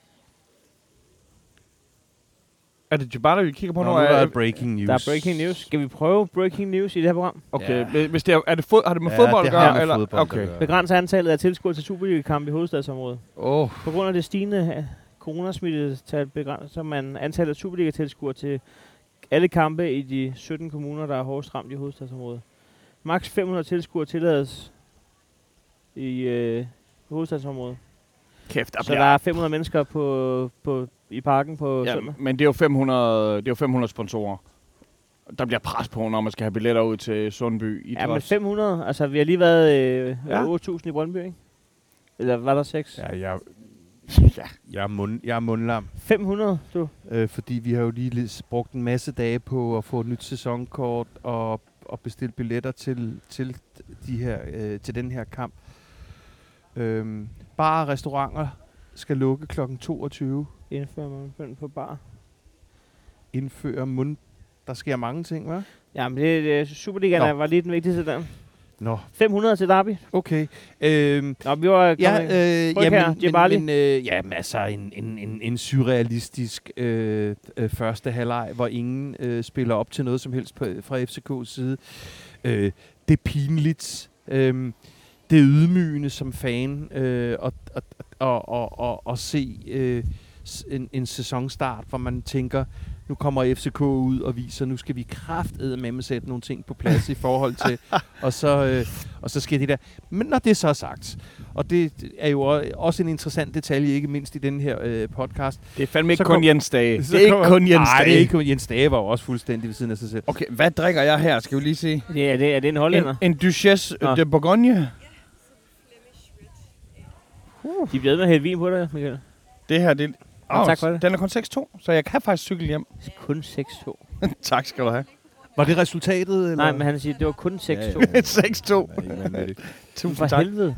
Er det Djibali, vi kigger på Nå, nu? nu er der breaking news. Der er breaking news. Skal vi prøve breaking news i det her program? Okay, ja. Hvis det er, er det fod, har det med ja, fodbold at gøre? Med eller? fodbold Okay. gøre. Begrænser antallet af tilskuere til Superliga-kampe i hovedstadsområdet. Oh. På grund af det stigende coronasmittetal begrænser man antallet af Superliga-tilskuere til alle kampe i de sytten kommuner, der er hårdest ramt i hovedstadsområdet. Max fem hundrede tilskuere tillades i øh, hovedstadsområdet. Kæft, der så der er fem hundrede mennesker på, på, i parken på ja, søndag. Men det er jo fem hundrede, det er jo fem hundrede sponsorer. Der bliver pres på, når man skal have billetter ud til Sundby. Ja, men fem hundrede. Altså, vi har lige været øh, ja. otte tusind i Brøndby, ikke? Eller var der seks? Ja, jeg, ja. jeg, er, mund, jeg er mundlam. fem hundrede, du? Øh, fordi vi har jo lige brugt en masse dage på at få et nyt sæsonkort og, og bestille billetter til, til, de her, øh, til den her kamp. Øhm, bare restauranter skal lukke klokken toogtyve. Indføre mundbind på bar. Indføre mund... Der sker mange ting, hva'? Jamen, det, det, Superligaen var lige den vigtigste der. Nå. fem hundrede til Derby. Okay. Øhm, Nå, vi var ja, øh, ja, her, men, men, men øh, ja, men altså en, en, en, en surrealistisk øh, øh, første halvleg, hvor ingen øh, spiller op til noget som helst på, fra F C K's side. Øh, det er pinligt. Øh, det er ydmygende som fan øh, at, at, at, at, at, at se øh, en, en sæsonstart, hvor man tænker, nu kommer F C K ud og viser, nu skal vi kraftedeme sætte nogle ting på plads i forhold til, og så, øh, og så sker det der. Men når det er så sagt, og det er jo også en interessant detalje, ikke mindst i den her øh, podcast. Det er fandme ikke kun kom, Jens Dage. Det er ikke kom, kun Jens Dage. Nej, det er ikke kun Jens Dage, var jo også fuldstændig ved siden af sig selv. Okay, hvad drikker jeg her, skal vi lige se? Det er, det, er det en hollænder? En, en Duchesse ja. de Bourgogne. Uh. De bliver med at hælde vin på dig, Michael. Det her, det oh, ja, tak for det. Den er kun seks to, så jeg kan faktisk cykle hjem. Kun seks to. Tak skal du have. Var det resultatet? Eller? Nej, men han siger, det var kun seks to. Ja, ja. seks to. Tusind tak. helvede.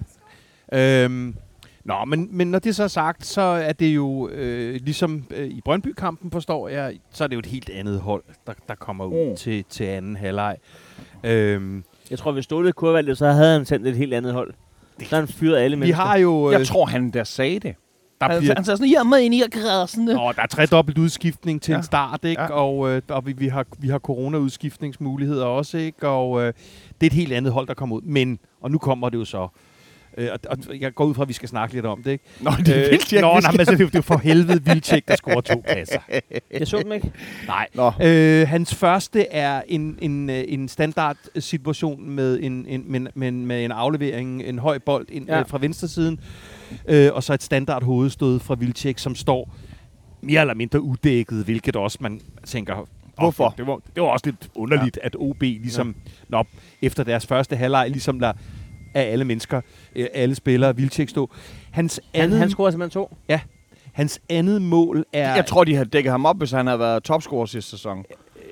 Øhm, nå, men, men når det så er sagt, så er det jo, øh, ligesom øh, i Brøndby-kampen, forstår jeg, så er det jo et helt andet hold, der, der kommer ud mm. til, til anden halvleg. Øhm, jeg tror, hvis Ståle kurvalgte, så havde han sendt et helt andet hold. Det, så han fyret alle mennesker. Vi har jo... Øh, jeg tror, han der sagde det. Der han, bliver, han sagde sådan, jeg er med i ni grader. Sådan Nå, der er tredobbelt udskiftning til ja. en start, ikke? Ja. Og, øh, og vi, vi har, vi har corona-udskiftningsmuligheder også, ikke? Og øh, det er et helt andet hold, der kommer ud. Men, og nu kommer det jo så... Øh, og, og jeg går ud fra, at vi skal snakke lidt om det, ikke? Nå, det er øh, vildt, Nå, nej, men så det er jo for helvede Wilczek, der scorer to kasser. Jeg så dem ikke. Nej. Øh, hans første er en, en, en standard situation med en, en, med, med, med en aflevering, en høj bold ind, ja. øh, fra venstresiden, øh, og så et standard hovedstød fra Wilczek, som står mere eller mindre uddækket, hvilket også man tænker... Hvorfor? Det var, det var også lidt underligt, ja. at O B ligesom, ja. nå, efter deres første halvleg, ligesom lader af alle mennesker, øh, alle spillere, Wilczek stå. Hans han, andet, han scorer simpelthen to? Ja. Hans andet mål er... Jeg tror, de havde dækket ham op, hvis han havde været topscorer sidste sæson.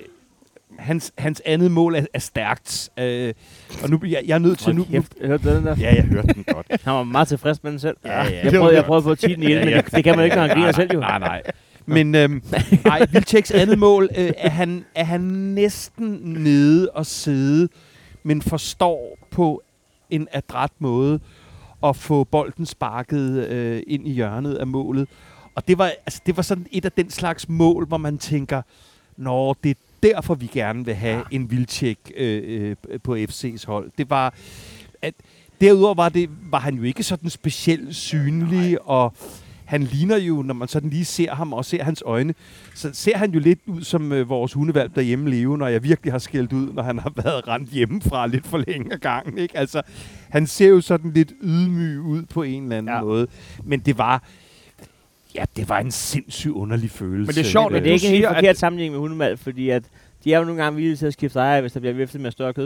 Hans, hans andet mål er, er stærkt. Øh, og nu jeg, jeg er nødt til... Nu, nu, hørte du den der? Ja, jeg hørte den godt. Han var meget tilfreds med den selv. Ja, ja. Jeg prøvede, jeg prøvede på at tige den i den, men det, det kan man ikke, når han griner selv jo. Nej, nej. Men øhm, nej, Wilczeks andet mål øh, er, han, er han næsten nede og sidde, men forstår på en adræt måde at få bolden sparket øh, ind i hjørnet af målet. Og det var, altså, det var sådan et af den slags mål, hvor man tænker, nå, det er derfor, vi gerne vil have en Wilczek øh, øh, på F C's hold. Det var, at derudover var, det, var han jo ikke sådan specielt synlig, og han ligner jo, når man sådan lige ser ham og ser hans øjne, så ser han jo lidt ud som øh, vores hundevalp derhjemme leve, når jeg virkelig har skældt ud, når han har været rendt hjemmefra lidt for længe ad gangen, ikke? Altså, han ser jo sådan lidt ydmyg ud på en eller anden ja. måde. Men det var... Ja, det var en sindssygt underlig følelse. Men det er sjovt, men det er ikke en helt forkert sammenligning med hundevalp, fordi at de er jo nogle gange villige til at skifte ejer, hvis der bliver viftet med større kød.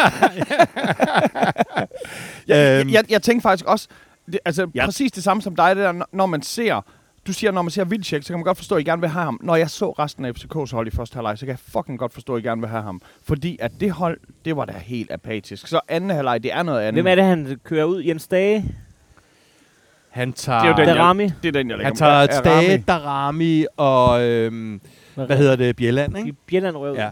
jeg, jeg, jeg tænker faktisk også, det, altså ja. præcis det samme som dig, det der, når man ser, du siger, når man ser Wilczek, så kan man godt forstå, at I gerne vil have ham. Når jeg så resten af F C K's hold i første halvleg, så kan jeg fucking godt forstå, at I gerne vil have ham. Fordi at det hold, det var da helt apatisk. Så anden halvleg, det er noget andet. Hvem er det, han kører ud? Jens Dage? Han tager... Det er den, Darami. Jeg, det er den, jeg Han tager Dage, Darami og... Øhm, hvad, hvad hedder det? Bjelland, ikke? Bjelland røv. Ja.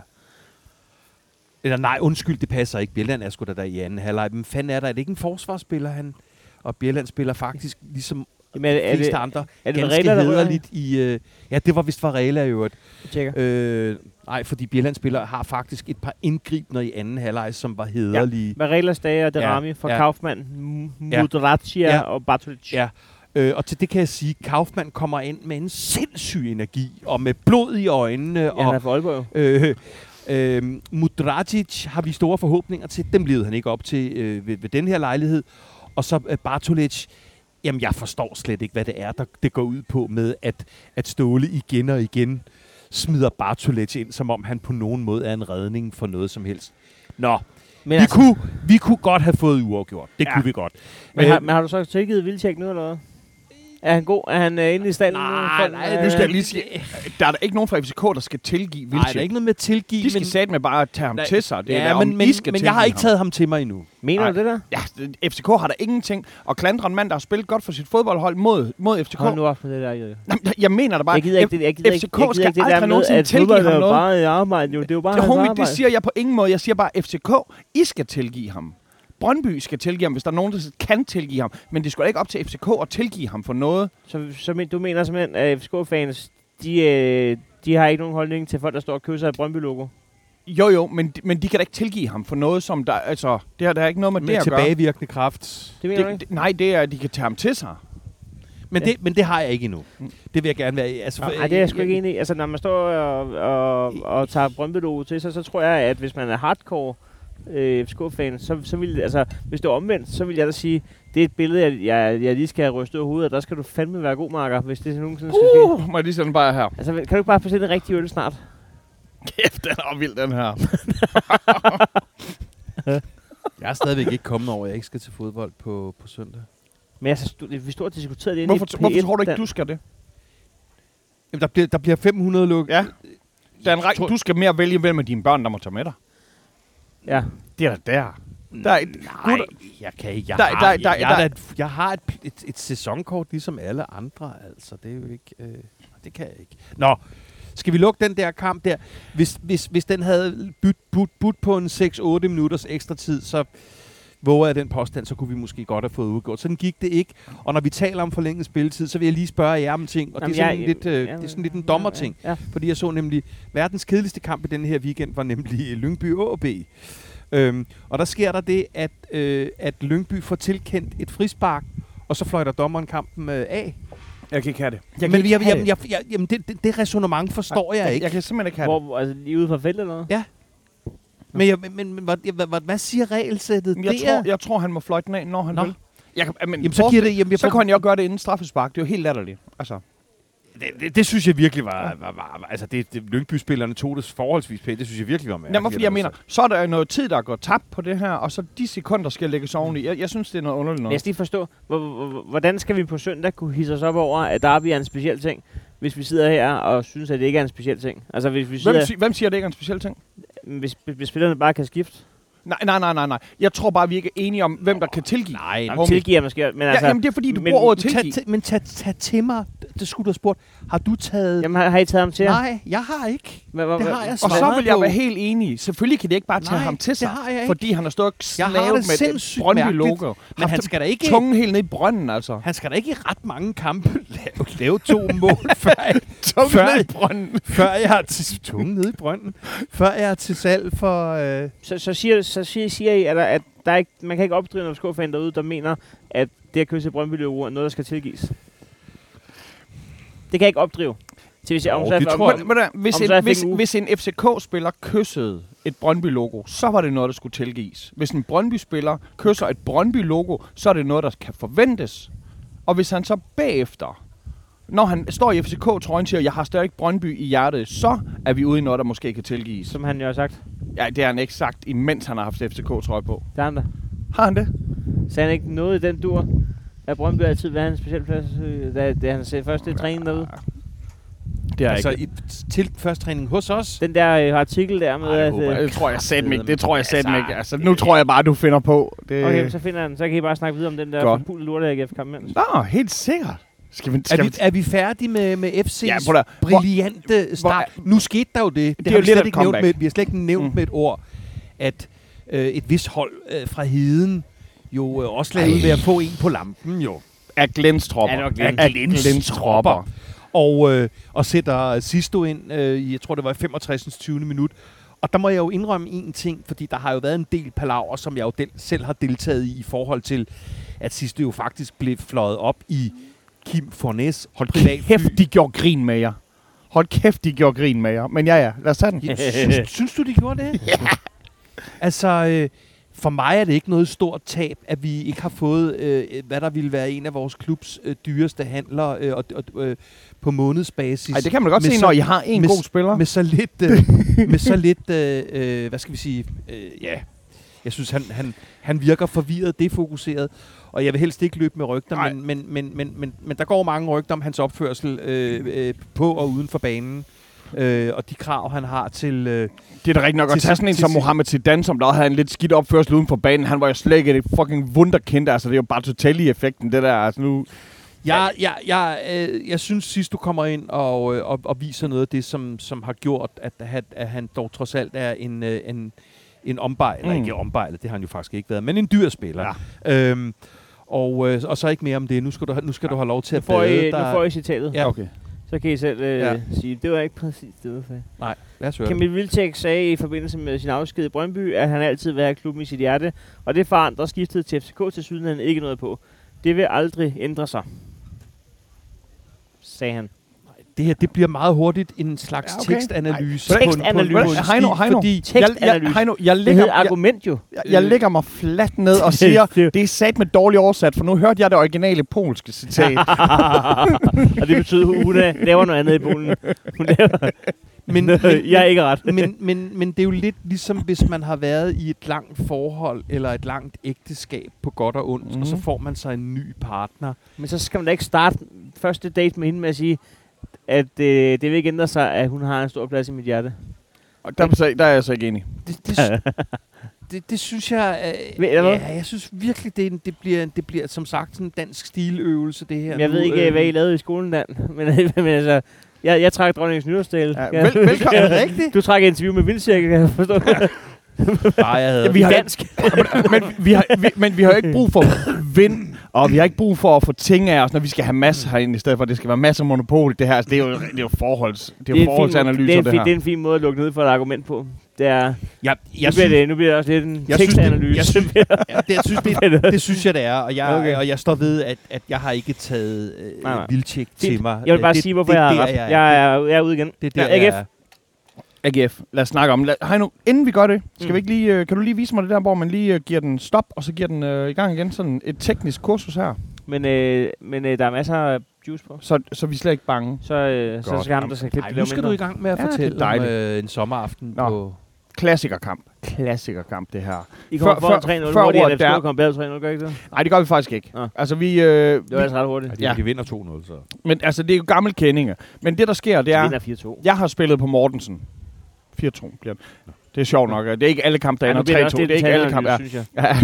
Eller nej, undskyld, det passer ikke. Bjelland er sgu da der i anden halvleg. Men fanden er der? Er det ikke en forsvarsspiller, han... Og Bjelland spiller faktisk ligesom Jamen, er de fleste det, andre. Er det ganske Varela, hederligt i... Øh, ja, det var vist Varela i øvrigt. Tjekker. Øh, nej, fordi Bjelland spiller har faktisk et par indgribner i anden halvleg, som var hederlige. Ja. Varela, Dage og Darami ja. for ja. Kaufmann, Mudracia ja. og Bartolic. Ja. Øh, og til det kan jeg sige, at Kaufmann kommer ind med en sindssyg energi, og med blod i øjnene. Ja, og, han er for Aalborg. Øh, øh, Mudracic har vi store forhåbninger til. Dem levede han ikke op til øh, ved, ved den her lejlighed. Og så øh, Bartolic, jamen jeg forstår slet ikke, hvad det er, der det går ud på med, at, at Ståle igen og igen smider Bartolic ind, som om han på nogen måde er en redning for noget som helst. Nå, men vi, altså, kunne, vi kunne godt have fået uafgjort. Det ja. kunne vi godt. Men, øh, har, men har du så tilgivet Wilczek nu, eller hvad? Er han god? Er han uh, inde i stallen? Nej, nej, nu skal jeg lige sige, der er der ikke nogen fra F C K, der skal tilgive Wilczek. Nej, der er ikke noget med at tilgive. De skal sætte med bare at tage ham nej, til sig. Det er ja, der, men, men, men jeg har ikke taget ham til mig endnu. Mener nej. du det der? Ja, F C K har der ingenting. Og klandre en mand, der har spillet godt for sit fodboldhold mod, mod F C K. Hold nu op med det der. Jeg, jeg mener det bare. Jeg gider ikke det, jeg gider F C K ikke, jeg skal ikke aldrig det nogensinde tilgive ham noget. Bare i arbejde, jo. Det er jo bare det, hans homie, arbejde. Det siger jeg på ingen måde. Jeg siger bare, F C K, I skal tilgive ham. Brøndby skal tilgive ham, hvis der er nogen, der kan tilgive ham. Men det skal ikke op til F C K at tilgive ham for noget. Så, så men, du mener simpelthen, at F C K-fans, de, øh, de har ikke nogen holdning til folk, der står og kysser et Brøndby-logo? Jo, jo, men, men de kan da ikke tilgive ham for noget, som der... Altså, det har der ikke noget med, med det at gøre. Med tilbagevirkende kraft. Det mener det, det, nej, det er, at de kan tage ham til sig. Men, ja. det, men det har jeg ikke endnu. Det vil jeg gerne være... Altså, nej, det er jeg sgu ikke enig i. Altså, når man står og, og, og tager Brøndby-logo til sig, så tror jeg, at hvis man er hardcore øh, F C K-fan, så, så vil altså, hvis det er omvendt, så vil jeg da sige, det er et billede, jeg, jeg, jeg lige skal have rystet over hovedet, og der skal du fandme være god, Marker, hvis det nogensinde skal uh, ske. Må jeg lige sådan bare her. Altså, kan du ikke bare få den rigtige øl snart? Kæft, den er vild, den her. Jeg er stadigvæk ikke kommet over, at jeg ikke skal til fodbold på, på søndag. Men altså, vi stod og diskuterede det hvorfor, inde i P et. Hvorfor tror du ikke, du skal det? Jamen, der bliver, der bliver fem hundrede lukket. Ja. Der er en række, du skal mere vælge mellem dine børn, der må tage med dig. Ja. Det er da der. Der er et, Nej, jeg kan ikke. Jeg der, har, der, der, jeg, der, jeg, der, jeg har et, et, et sæsonkort, ligesom alle andre, altså. Det er jo ikke... Øh, det kan jeg ikke. Nå, skal vi lukke den der kamp der? Hvis, hvis, hvis den havde budt, budt, budt på en seks otte minutters ekstra tid, så våger jeg den påstand, så kunne vi måske godt have fået udgjort. Sådan gik det ikke. Og når vi taler om forlænget spilletid, så vil jeg lige spørge jer om ting. Og Jamen, det, er sådan jeg, lidt, øh, ja, det er sådan lidt en dommerting. Ja, ja. Fordi jeg så nemlig, verdens kedeligste kamp i denne her weekend var nemlig Lyngby A B. Øhm, og der sker der det, at, øh, at Lyngby får tilkendt et frispark, og så fløjter dommeren kampen øh, af. Jeg kan ikke have det. Jeg Men jeg, jamen, jeg, jeg, jamen, det, det, det resonemang forstår jeg, jeg ikke. Jeg kan simpelthen ikke have Hvor, det. Altså lige ude fra feltet eller noget? Ja. Men, jeg, men, men hvad, hvad, hvad siger regelsættet jeg der? Tror, jeg tror, han må fløjte den af, når han Nå. vil. Jeg, men, jamen, så, giver det, jamen, så kan han jo gøre det inden straffespark. Det er jo helt latterligt. Altså. Det, det, det synes jeg virkelig var... Ja. var, var altså, det, det, Lyngby-spillerne tog det forholdsvis pænt. Det synes jeg virkelig var mærkeligt. Jamen, fordi jeg mener, så er der noget tid, der går tabt på det her, og så de sekunder skal lægges oveni. Jeg, jeg synes, det er noget underligt noget. Jeg skal lige forstå, hvordan skal vi på søndag kunne hisse os op over, at derby er en speciel ting, hvis vi sidder her og synes, at det ikke er en speciel ting? Altså, hvis vi sidder hvem, si- hvem siger, at det ikke er en speciel ting? Hvis, hvis spillerne bare kan skifte. Nej, nej, nej, nej, nej. Jeg tror bare, vi ikke er enige om, hvem der kan tilgive. Nej, Jamen, tilgiver måske. Men altså, ja, jamen, det er fordi, du bruger ordet tilgive. Tag, men tag, tag til mig. Det skulle du have spurgt. Har du taget... Jamen, har, har I taget ham til jer? Nej, jeg har ikke. Hva, hva, det har jeg og så vil jeg være helt enig. Selvfølgelig kan det ikke bare tage Nej, ham til sig, fordi han har stået og slavet med et Brøndby-logo. Men han skal da ikke... Tungen helt ned i brønden, altså. Han skal da ikke i ret mange kampe lave, lave to mål, før, tungen før, ned i brønden. Før jeg har til... Tungen ned i brønden. Før jeg er til salg for... Øh... Så, så, siger, så siger, siger I, at, der, at der er ikke, man kan ikke opdrive en F C K-fan derude, der mener, at det at kysse Brøndby-logo er noget, der skal tilgives? Det kan jeg ikke opdrive. Til hvis, jeg, om, Jo, så jeg, det om, tror om, jeg. Men, men, hvis, om en, så jeg fik hvis, en uge. hvis en F C K-spiller kyssede et Brøndby-logo, så var det noget, der skulle tilgives. Hvis en Brøndby-spiller kysser et Brøndby-logo, så er det noget, der kan forventes. Og hvis han så bagefter, når han står i F C K-trøjen og siger, jeg har stadig Brøndby i hjertet, så er vi ude i noget, der måske kan tilgives. som han jo har sagt. Ja, det har han ikke sagt, imens han har haft F C K-trøje på. Det er han der. Har han det? Så han ikke noget i den dur. At Brøndby altid vil have en speciel plads, øh, da, da han ser første træning derude. Det er Altså ikke. i, til første træning hos os. Den der øh, artikel der med, Ej, jeg at... håber, Øh, Det tror jeg satme ikke. Det tror jeg satme Altså, ikke. Altså, nu tror jeg bare, du finder på. Det... okay, så finder han. Så kan I bare snakke videre om den der Godt. forpulede lorte A G F-kamp. Nå, helt sikkert. Skal vi, Er skal vi, er vi færdige med, med F C's Ja, prøv da. brillante start? Nu skete der jo det. Det, er har jo vi lidt slet et ikke nævnt comeback. med, vi har slet ikke nævnt Mm. mm. med et ord, at øh, et vist hold øh, fra Heden jo øh, også lavede ud ved at få en på lampen jo. er Glens tropper. Ja, det var Glens. Er Glens tropper. Og, øh, og sætter Sisto ind, øh, i, jeg tror det var i femogtres tyvende minut. Og der må jeg jo indrømme en ting, fordi der har jo været en del palaver, som jeg jo del, selv har deltaget i, i forhold til, at Sisto jo faktisk blev fløjet op i Kim Fornes Hold privatfly. kæft, de gjorde grin med jer. Hold kæft, de gjorde grin med jer. Men ja, ja, lad os tage den. Ja, synes, synes du, de gjorde det? Ja. Altså, øh, for mig er det ikke noget stort tab, at vi ikke har fået, øh, hvad der ville være en af vores klubs øh, dyreste handler øh, og, og, øh, på månedsbasis. Ej, det kan man godt Med se, så- når I har en med god s- spiller. Med så lidt, øh, med så lidt øh, øh, hvad skal vi sige, øh, ja, jeg synes, han, han, han virker forvirret, defokuseret, og jeg vil helst ikke løbe med rygter, Nej. men, men, men, men, men, men der går mange rygter om hans opførsel øh, øh, på og uden for banen, øh, og de krav, han har til... Øh, Det er da rigtigt nok at til tage sin- sådan en til som sin- Mohamed Zidane, som der også havde en lidt skidt opførsel uden for banen. Han var jo slet ikke et fucking wunderkind. Altså, det er jo bare totalt i effekten, det der. Altså, nu... Jeg, jeg, jeg, øh, jeg synes, sidst du kommer ind og, øh, og, og viser noget af det, som, som har gjort, at, at, at han dog trods alt er en, øh, en, en ombejlet, Mm. eller ikke ombejlet, det har han jo faktisk ikke været, men en dyr spiller. Ja. Øhm, og, øh, og så ikke mere om det. Nu skal du, ha- nu skal ja. du have lov til Nu at får, bade. I, nu får I citatet. Ja. Okay. Så kan I selv øh, Ja. ja. sige, det var ikke præcis det, du sagde. Nej, lad os høre. Kamil Vilcek sagde i forbindelse med sin afsked i Brøndby, at han altid vil have klubben i sit hjerte, og det forandrer skiftet til F C K til syden, han ikke noget på. Det vil aldrig ændre sig, sagde han. Det her, det bliver meget hurtigt en slags Ja, okay. tekstanalyse. Ej, på en- på en- tekstanalyse. på en Heino, stil, Heino. Fordi Jeg, jeg, Tekstanalyse. Heino, jeg, Det lægger, hedder jeg, argument jo. jeg, jeg lægger mig fladt ned og siger, det er sat med dårligt oversat, for nu hørte jeg det originale polske citat. Og det betyder, at hun øh, laver noget andet i Polen. Hun laver Men, noget, men, jeg er ikke ret. men, men, men det er jo lidt ligesom, hvis man har været i et langt forhold eller et langt ægteskab på godt og ondt, mm. og så Mhm. får man sig en ny partner. Men så skal man da ikke starte første date med hende med at sige, at øh, det vil ikke ændre sig, at hun har en stor plads i mit hjerte. Og der, der er jeg så ikke enig. Det, det, det, det synes jeg... Øh, Ved- eller hvad? ja, jeg synes virkelig, det, er en- det, bliver, det bliver som sagt sådan en dansk stiløvelse, det her. Men jeg nu, ved ikke, øh, hvad I lavede i skolen, Dan. Men, men altså, jeg, jeg trak dronningens nytårstale. Ja, vel- velkommen. Er det rigtigt? Du trak et interview med Vilcek, kan jeg forstå. Nej, jeg havde... Ja, vi har dansk. men, vi har, vi, men vi har ikke brug for vind, og vi har ikke brug for at få ting af os, når vi skal have masser herinde, i stedet for at det skal være masser af monopol. Det her, altså, det er jo, det er jo forholds, det er jo en fin, forholdsanalyser, det, er en det, fin, her. det er en fin måde at lukke ned for et argument på. Det er, Jeg, jeg nu, bliver synes, det, nu bliver det også lidt en Jeg synes, det- tekstanalyse. jeg synes- ja, det, jeg synes, det, det synes jeg, det er. Og jeg, Okay. okay. og jeg står ved, at, at jeg har ikke taget øh, Nej, nej. Vilcek til Fint. mig. Jeg vil bare det, sige, hvorfor det, jeg det, har der, ret. jeg, Jeg er, jeg er ude igen. det er der, Ja, A G F. jeg er. A G F, lad os snakke om. Lad, Heino, inden vi gør det, skal Mm. vi ikke lige, øh, kan du lige vise mig det der, hvor man lige øh, giver den stop, og så giver den øh, i gang igen? Sådan et teknisk kursus her. Men, øh, men øh, der er masser af juice på. Så, så vi er slet ikke bange. Så, øh, så Godt. skal ham, der skal klippe Ej, det nu lave skal du mindre. i gang med at Ja, det er fortælle om dejligt. øh, en sommeraften Nå. på... Klassikerkamp. Klassikerkamp, det her. I kommer Før- foran før- tre nul, før hvor de ordet er der- F C K kommer bedre tre nul, gør I ikke det? Nej, det gør vi faktisk ikke. Nå. Altså, vi... Øh, Det var vi altså ret hurtigt. Ja, de, Ja. de vinder to nul, så... men altså, det er jo gammel kendinge. Men det, der sker, det De er... vinder fire to. Jeg har spillet på Mortensen. fire to bliver det. Det er sjovt nok. Det er ikke alle kampe, der Ej, ender nu bliver det tre også to. lidt Det er ikke alle kampe. Ja. synes jeg. Ja.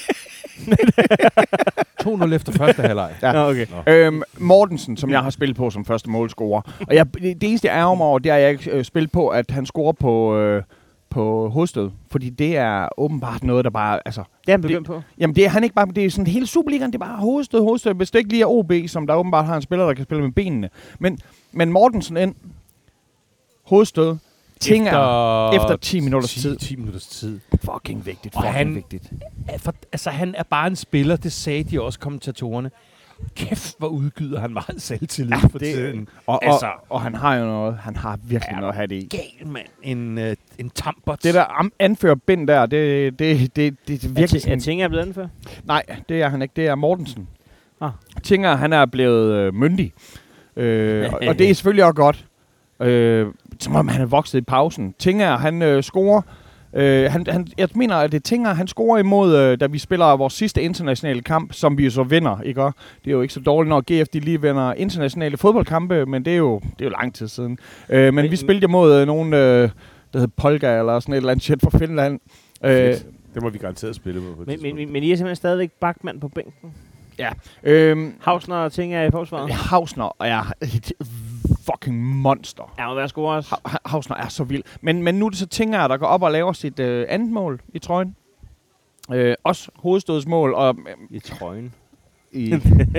to nul efter første halvleg. Ja. Nå, okay. Øhm, Mortensen, som jeg har spillet på som første målscorer. Og jeg, det, det eneste, jeg ærger mig over, det er, at jeg ikke øh, spillet på, at han scorer på, øh, på hovedstød. Fordi det er åbenbart noget, der bare... Altså, Det er han begyndt på. jamen, det er han ikke bare... Det er sådan hele Superligaen, det er bare hovedstød, hovedstød. Hvis det ikke lige er O B, som der åbenbart har en spiller, der kan spille med benene. Men, men Mortensen ind, hovedstød, ting er efter ti minutters tid. ti minutters tid. Fucking vigtigt, Og fucking han- vigtigt. Ja, For, altså, han er bare en spiller, det sagde de også, kommentatorerne. Kæft, hvor udgyder han meget selvtillid Ja, for det- tiden. Og, Altså- og, og han har jo noget, han har virkelig Ja, noget at have det i. Gal, mand. En, øh, en tampert. Det der am- anførerbind der, det, det, det, det, det er Jeg, virkelig t- jeg sådan... tænker, jeg er blevet anført. Nej, det er han ikke. Det er Mortensen. Ah. Tinger, han er blevet øh, myndig. Øh, og, og det er selvfølgelig også godt. Øh, som om han er vokset i pausen. Tinger, han øh, scorer... Øh, han, han, jeg mener, at det Tinger, han scorer imod, øh, da vi spiller vores sidste internationale kamp, som vi jo så vinder, ikke? Og det er jo ikke så dårligt, når G F de lige vinder internationale fodboldkampe, men det er jo, det er jo lang tid siden. Øh, men Men- vi spillede jo mod øh, nogen, øh, der hed Polga, eller sådan et eller andet shit fra Finland. Øh, Fedt. Det må vi garanteret spille på. på et Men, men, tidspunkt. men, men I er simpelthen stadigvæk bakmand på bænken. øh, Hausner og ting er i forsvaret. Hausner er et fucking monster. Ja, må være score også. Ha- Ha- Hausner er så vild. Men, men nu er det så Tinger, der går op og laver sit øh, andet mål i trøjen. Øh, også hovedstødsmål. Og, øh, I trøjen. i,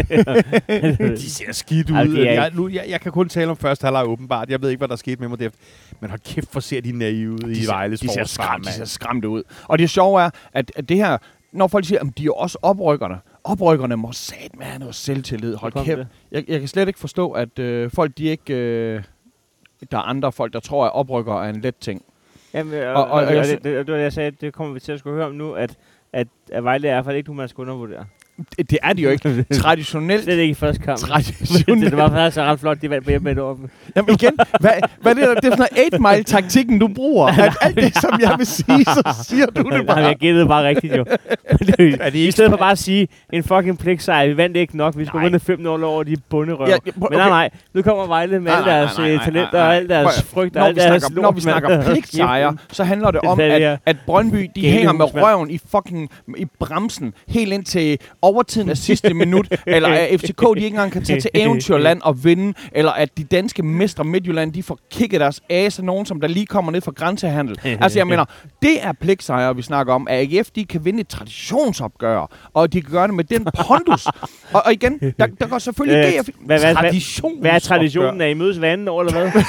De ser skidt ud. Ej, de er jeg, nu, jeg, jeg kan kun tale om første halvleg åbenbart. Jeg ved ikke, hvad der skete med mig derefter. Men hold kæft, hvor ser de naive ud i Vejles de ser, forsvar, skræm, de mand. ser skræmte ud. Og det sjove er, at, at det her, når folk siger, at de er jo også oprykkerne. Oprykkerne må satme have noget selvtillid. Hold kom kæft. det? Jeg, jeg kan slet ikke forstå, at øh, folk, de ikke... Øh, der er andre folk, der tror, at oprykker er en let ting. Jamen, og, Og- og, og- og, og og jeg det, det, det var det, jeg sagde, det kommer vi til at skulle høre om nu, at, at, at Vejle er i hvert fald ikke nu, man skal undervurdere. Det, det er de jo ikke. Traditionelt. Slet ikke i første kamp. Traditionelt. det, det var faktisk ret flot, de vandt på hjemme over dem. Jamen igen, hvad, hvad er det, der, det er sådan noget otte mile taktikken du bruger. At alt det, som jeg vil sige, så siger du det Nej, bare. jeg gættede bare rigtigt jo. Er det I ikke stedet for bare at sige, en fucking pligtsejr, vi vandt ikke nok, vi skulle Nej. vinde fem nul over de bunderøver. Ja, Ja, ja, okay. Men nej, nej, nu kommer Vejle med Nej, alle nej, deres nej, nej, øh, nej, talenter nej, og nej. alle deres Prøv at- frygt og Når alle vi deres snakker, når vi snakker pligtsejre, så handler det om, Det er det at, her. at Brøndby, de Gale hænger med husmand. røven i fucking i bremsen helt ind til overtiden af sidste minut, eller at F C K, de ikke engang kan tage til Eventyrland og vinde, eller at de danske mestre Midtjylland, de får kigget deres as af nogen, som der lige kommer ned fra grænsehandel. Altså jeg mener, det er pligtsejre, vi snakker om, at A G F, de kan vinde et traditionsopgør, og de kan gøre det med den pondus. og, og igen, der, der går selvfølgelig Øh, G F hvad- hvad- traditionsopgør. Hvad er traditionen? Er I mødes hver anden år, eller hvad?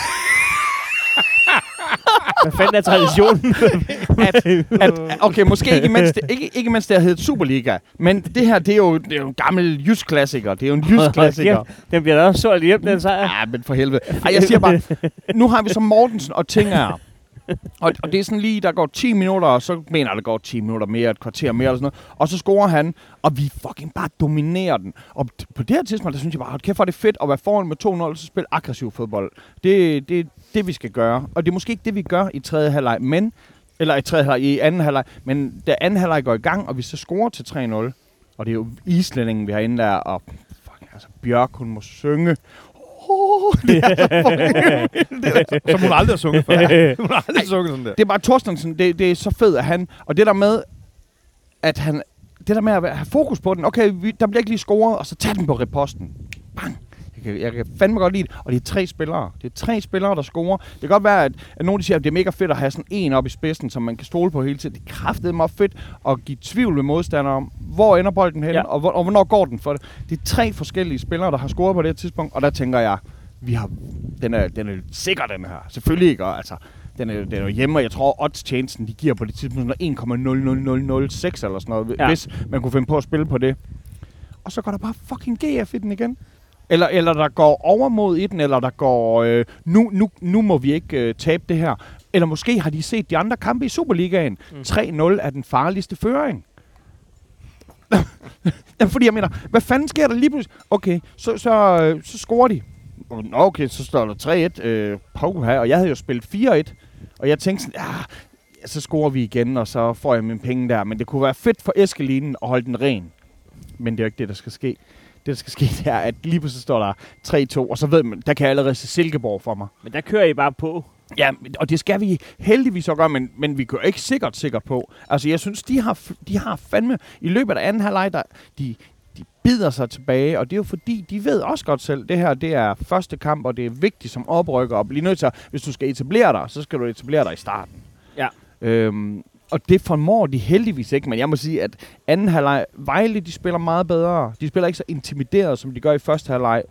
Hvad fanden er traditionen? at, at, okay, måske ikke mens det, ikke, ikke mens det har heddet Superliga, men det her, det er jo, det er jo en gammel jysk klassiker. Det er jo en jysk klassiker. Den bliver da også solgt hjem, den sejr. Ja, men for helvede. Ej, jeg siger bare, nu har vi så Mortensen og Tinger. Og, og det er sådan lige, der går ti minutter, og så mener jeg, der går ti minutter mere, et kvarter mere, eller sådan noget. Og så scorer han, og vi fucking bare dominerer den. Og t- på det her tidspunkt, der synes jeg bare, hold kæft, hvor er det fedt at være foran med to nul, og så spille aggressiv fodbold. Det, det er det, vi skal gøre. Og det er måske ikke det, vi gør i tredje halvleg, men... Eller i tredje halvleg, i anden halvleg. Men da anden halvleg går i gang, og vi så scorer til tre nul, og det er jo islændingen, vi har inde der, og fucking, altså, Bjørk, hun må synge. Oh, det er så fucking Som hun aldrig har sunget før. Hun har aldrig sunget sådan der. det er bare Torstensen, det, det er så fedt, at han... Og det der med, at han... Det der med at have fokus på den. Okay, vi, der bliver ikke lige scoret, og så tager den på reposten. Bang! Jeg kan, jeg kan fandme godt lide det. Og det er tre spillere. Det er tre spillere, der scorer. Det kan godt være, at, at nogen de siger, at det er mega fedt at have sådan en op i spidsen, som man kan stole på hele tiden. Det er kraftedeme også fedt at give tvivl ved modstandere om, hvor ender bolden hen, Ja. og, hvor, og hvornår går den for det. Det er tre forskellige spillere, der har scoret på det her tidspunkt, og der tænker jeg, vi har, den er, den er sikker, den her. Selvfølgelig ikke, og altså... Den er, den er jo hjemme, og jeg tror, odds-tjenesten, de giver på det tidspunkt en komma nul nul nul nul seks eller sådan noget, Ja. ja. Hvis man kunne finde på at spille på det. Og så går der bare fucking G F i den igen. Eller, eller der går overmod i den, eller der går, øh, nu, nu, nu må vi ikke øh, tabe det her. Eller måske har de set de andre kampe i Superligaen. Mm. tre nul er den farligste føring. Jamen, fordi jeg mener, hvad fanden sker der lige pludselig? Okay, så, så, øh, så scorer de. Nå, okay, så står der tre et. Øh, her, og jeg havde jo spillet fire et. Og jeg tænkte sådan, ja, så scorer vi igen, og så får jeg mine penge der. Men det kunne være fedt for Eskelinen at holde den ren. Men det er jo ikke det, der skal ske. Det, der skal ske, det er, at lige pludselig står der tre to, og så ved man, der kan jeg allerede se Silkeborg for mig. Men der kører I bare på. Ja, og det skal vi heldigvis også gøre, men, men vi kører ikke sikkert sikkert på. Altså, jeg synes, de har, de har fandme... I løbet af anden halvleg, der de, de bider sig tilbage, og det er jo fordi, de ved også godt selv, det her, det er første kamp, og det er vigtigt som oprykker, og blive nødt til at, hvis du skal etablere dig, så skal du etablere dig i starten. Ja. Øhm, og det formår de heldigvis ikke, men jeg må sige, at anden halvleg, Vejle, de spiller meget bedre. De spiller ikke så intimideret, som de gør i første halvleg.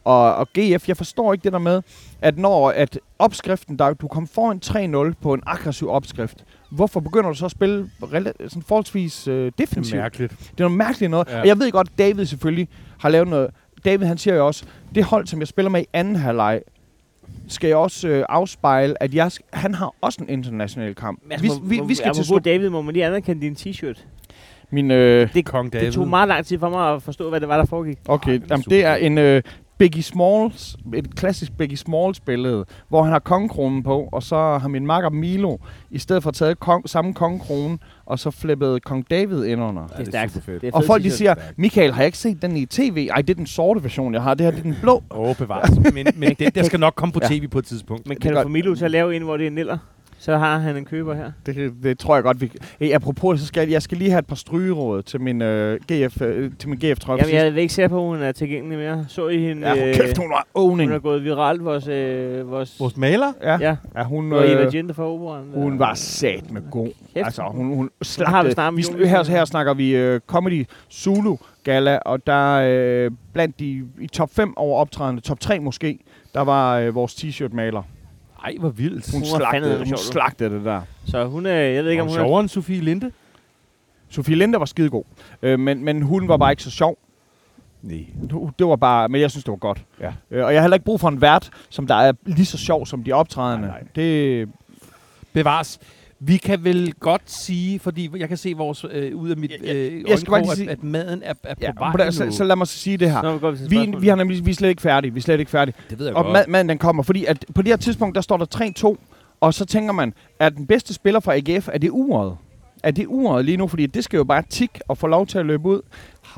Og, og G F, jeg forstår ikke det der med, at når at opskriften, der du kom foran tre nul på en aggressiv opskrift, hvorfor begynder du så at spille rela- sådan forholdsvis øh, defensivt? Det er mærkeligt. Det er noget mærkeligt noget. Ja. Og jeg ved godt, at David selvfølgelig har lavet noget. David, han siger jo også, det hold, som jeg spiller med i anden halvleg, skal jeg også øh, afspejle, at jeg sk- han har også en international kamp. Altså, Vi, må, vi, må, vi skal ja, til hvor slut. David, må man lige anerkende din t-shirt? Min, øh, Det, Kong David. det tog meget lang tid for mig at forstå, hvad det var, der foregik. okay, Ej, det er jamen, super det er fedt. en øh, Biggie Smalls, et klassisk Biggie Smalls billede, hvor han har kongekronen på, og så har min makker Milo, i stedet for taget kong, samme kongekrone, og så flippet Kong David ind under. Det er stærkt. super fedt. Det er Og fed folk de t-shirt. siger, Michael, har jeg ikke set den i tv? Ej, det er den sorte version, jeg har. Det her det er den blå. Åh, oh, bevares. Men, men det, der skal nok komme på Ja. tv på et tidspunkt. Men det kan er du godt. få Milo til at lave en, hvor det er Niller? Så har han en køber her. Det, det tror jeg godt, vi... Hey, apropos, så skal jeg, jeg skal lige have et par strygeråd til min øh, G F, øh, til min G F-trøje. Jamen, jeg er ikke sikker på, at hun er tilgængelig mere. Så I hende? Ja, hold kæft, hun var owning. Hun er gået viralt, vores... Øh, vores Vores maler? Ja, ja. ja hun, Og Eva øh, Jente for operan. hun var sat med god. Kæft. Altså, hun, hun har vi slagte. snart Vi, millioner. her, her snakker vi øh, Comedy Zulu Gala, og der øh, blandt de i top fem over optrædende, top tre måske, der var øh, vores t-shirt-maler. Ej, hvor vildt. Hun Hun var fandme slagtede, hun sjov, du. slagtede det der. Så hun er... Jeg ved ikke, om Hun hun er er... sjovere end Sofie Linde. Sofie Linde var skidegod, øh, men, men hun var bare ikke så sjov. Nej. Det var bare, men jeg synes, det var godt. Ja. Øh, og jeg har heller ikke brug for en vært, som der er lige så sjov som de optrædende. Nej, nej. Det, Bevares. Vi kan vel godt sige, fordi jeg kan se vores øh, ud af mit Jeg- jeg- øh, jeg skal bare øjenkrog, lige at, at maden er, er på ja, vej der, nu. så, så lad mig så sige det her. Nå, vi går til Vi, spørgsmålet. vi, har nemlig, vi er slet ikke færdige. Vi er slet ikke færdige. Det ved jeg Og godt. mad, maden den kommer, fordi at på det her tidspunkt, der står der tre to, og så tænker man, at den bedste spiller fra A G F, er det uret? Er det uret lige nu? Fordi det skal jo bare tikke og få lov til at løbe ud.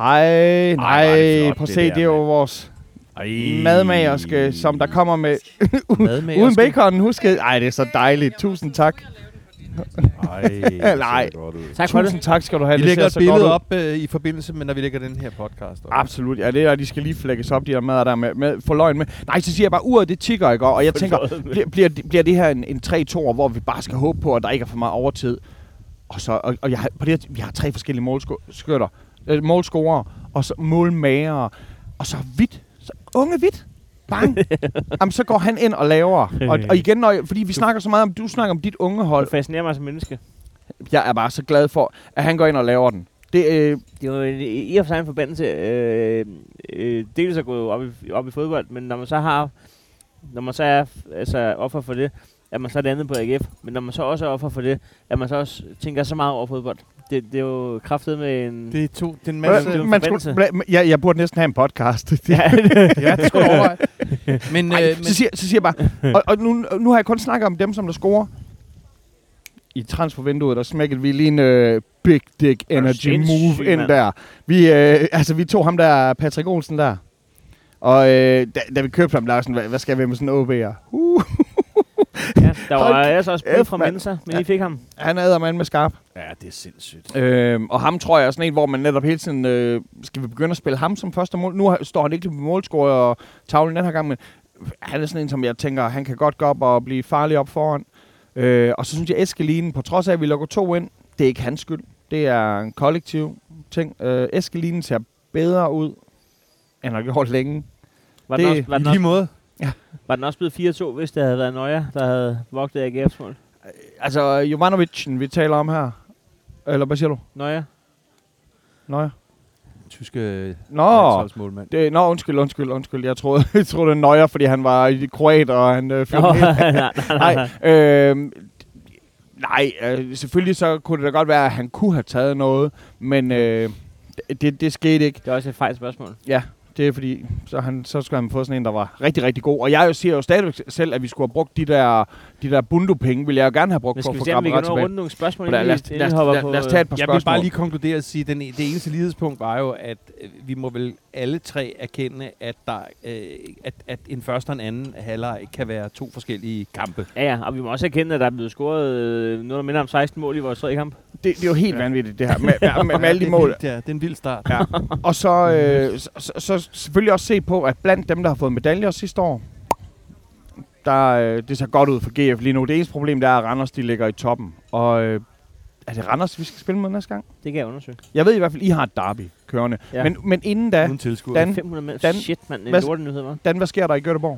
Hej, hvor er det nej, flot, prøv at det se, der, det er jo mand. vores Ej. madmagerske, som der kommer med Madmagerske. uden bacon. Husk det. Ej, det er så dejligt. Tusind tak. Ej, det Nej. ser godt ud. Tak for Tusind det. tak skal du have. Vi Det lægger ser et så godt billede ud. op øh, i forbindelse med, når vi lægger den her podcast op. Absolut. Ja, det er, de skal lige flækkes op, de der mader der med, med få løgn med. Nej, så siger jeg bare, uret det tikker, ikke? Og jeg tænker, bliver, bliver, det- bliver det her en, en tre to, hvor vi bare skal håbe på, at der ikke er for meget overtid. Og så, og, og jeg har, på det her, vi har tre forskellige målskytter, øh, målscorer, og så målmager, og så hvidt, så unge hvidt. Bang! Jamen, så går han ind og laver. Og, og igen, når jeg, fordi vi snakker så meget om, du snakker om dit unge Du hold. fascinerer mig som menneske. Jeg er bare så glad for, at han går ind og laver den. Det, øh, Det er jo en- i og for sig en forbandelse. Øh, øh, dels at gå op i, op i fodbold, men når man så har... Når man så er altså, offer for det, er man så landet på A G F. Men når man så også er offer for det, er man så også tænker så meget over fodbold. Det, det er jo kraftet med en... Det er to, den det er masse... jo en man forbandelse. skulle, ja, jeg burde næsten have en podcast. Det, Ja, Ja, det skulle du overveje. Men, Ej, øh, men så, siger, så siger jeg bare, og, og nu, nu har jeg kun snakket om dem, som der scorer. I transfervinduet, der smækkede vi lige en uh, big dick energy sindssygt, move ind mand. der. Vi, øh, altså, vi tog ham der, Patrick Olsen der. Og øh, da, da vi købte ham, der var sådan, hvad, hvad skal vi med sådan en O B'er? Uh, ja, der var Hold altså også bud kæft, fra mand. Mensa, men Ja. I fik ham. han er eddermand med skarp. ja, det er sindssygt. Øh, og ham tror jeg er sådan en, hvor man netop hele tiden, øh, skal vi begynde at spille ham som første mål? Nu har- står han ikke på målscorer og tavlen den her gang, men han er sådan en, som jeg tænker, han kan godt gå op og blive farlig op foran. Øh, og så synes jeg, Eskelinen, på trods af, at vi lukker to ind, det er ikke hans skyld. Det er en kollektiv ting. Øh, Eskelinen ser bedre ud, end han har gjort længe. Var, den Det- også, var, I den lige også, måde. var den også blevet fire to, hvis det havde været Nøjer, der havde vogtet A G F's mål? Altså, Jovanovicen, vi taler om her. Eller hvad siger du? Nøjer? Nå ja. Tyske Nå, landsholdsmålmand. det, nå undskyld, undskyld, undskyld. Jeg troede, jeg troede det var Nøjer, fordi han var i kroat, og han øh, fik Nå, en hel- nej, nej, nej. Nej, øh, nej øh, selvfølgelig så kunne det da godt være, at han kunne have taget noget, men øh, det, det skete ikke. Det er også et fejl spørgsmål. Ja, det er fordi, så, han, så skulle han få sådan en, der var rigtig, rigtig god. Og jeg siger jo stadigvæk selv, at vi skulle have brugt de der, de der bundo-penge, ville jeg jo gerne have brugt Men for skal at vi få se, om vi kan Grammeret nå tilbage. rundt nogle spørgsmål, Lad, inden lad, vi- os- inden lad, vi os- hopper lad, på... lad os tage et par Jeg vil spørgsmål. bare lige konkludere og sige, at den, det eneste lighedspunkt var jo, at øh, vi må vel alle tre erkende, at, der, øh, at, at en første og en anden halvleg kan være to forskellige kampe. Ja, ja, og vi må også erkende, at der er blevet scoret øh, noget, der minder om seksten mål i vores tredje kamp. Det, det er jo helt Ja. vanvittigt, det her, med, med, med, med alle de Det er mål. vildt, ja. Det er en vild start. Ja. Og så, øh, så, så, så selvfølgelig også se på, at blandt dem, der har fået medaljer sidste år, der, øh, det ser godt ud for G F lige nu. Det eneste problem, det er, at Randers de ligger i toppen. Og øh, er det Randers, vi skal spille med næste gang? Det kan jeg undersøge. Jeg ved i hvert fald, I har et derby, kørende. Ja. Men, men inden da, Uden tilskuer. Dan, fem hundrede mand. Dan, Shit, mand. hvad- En lortenyhed, hva'? Dan, hvad sker der i Göteborg?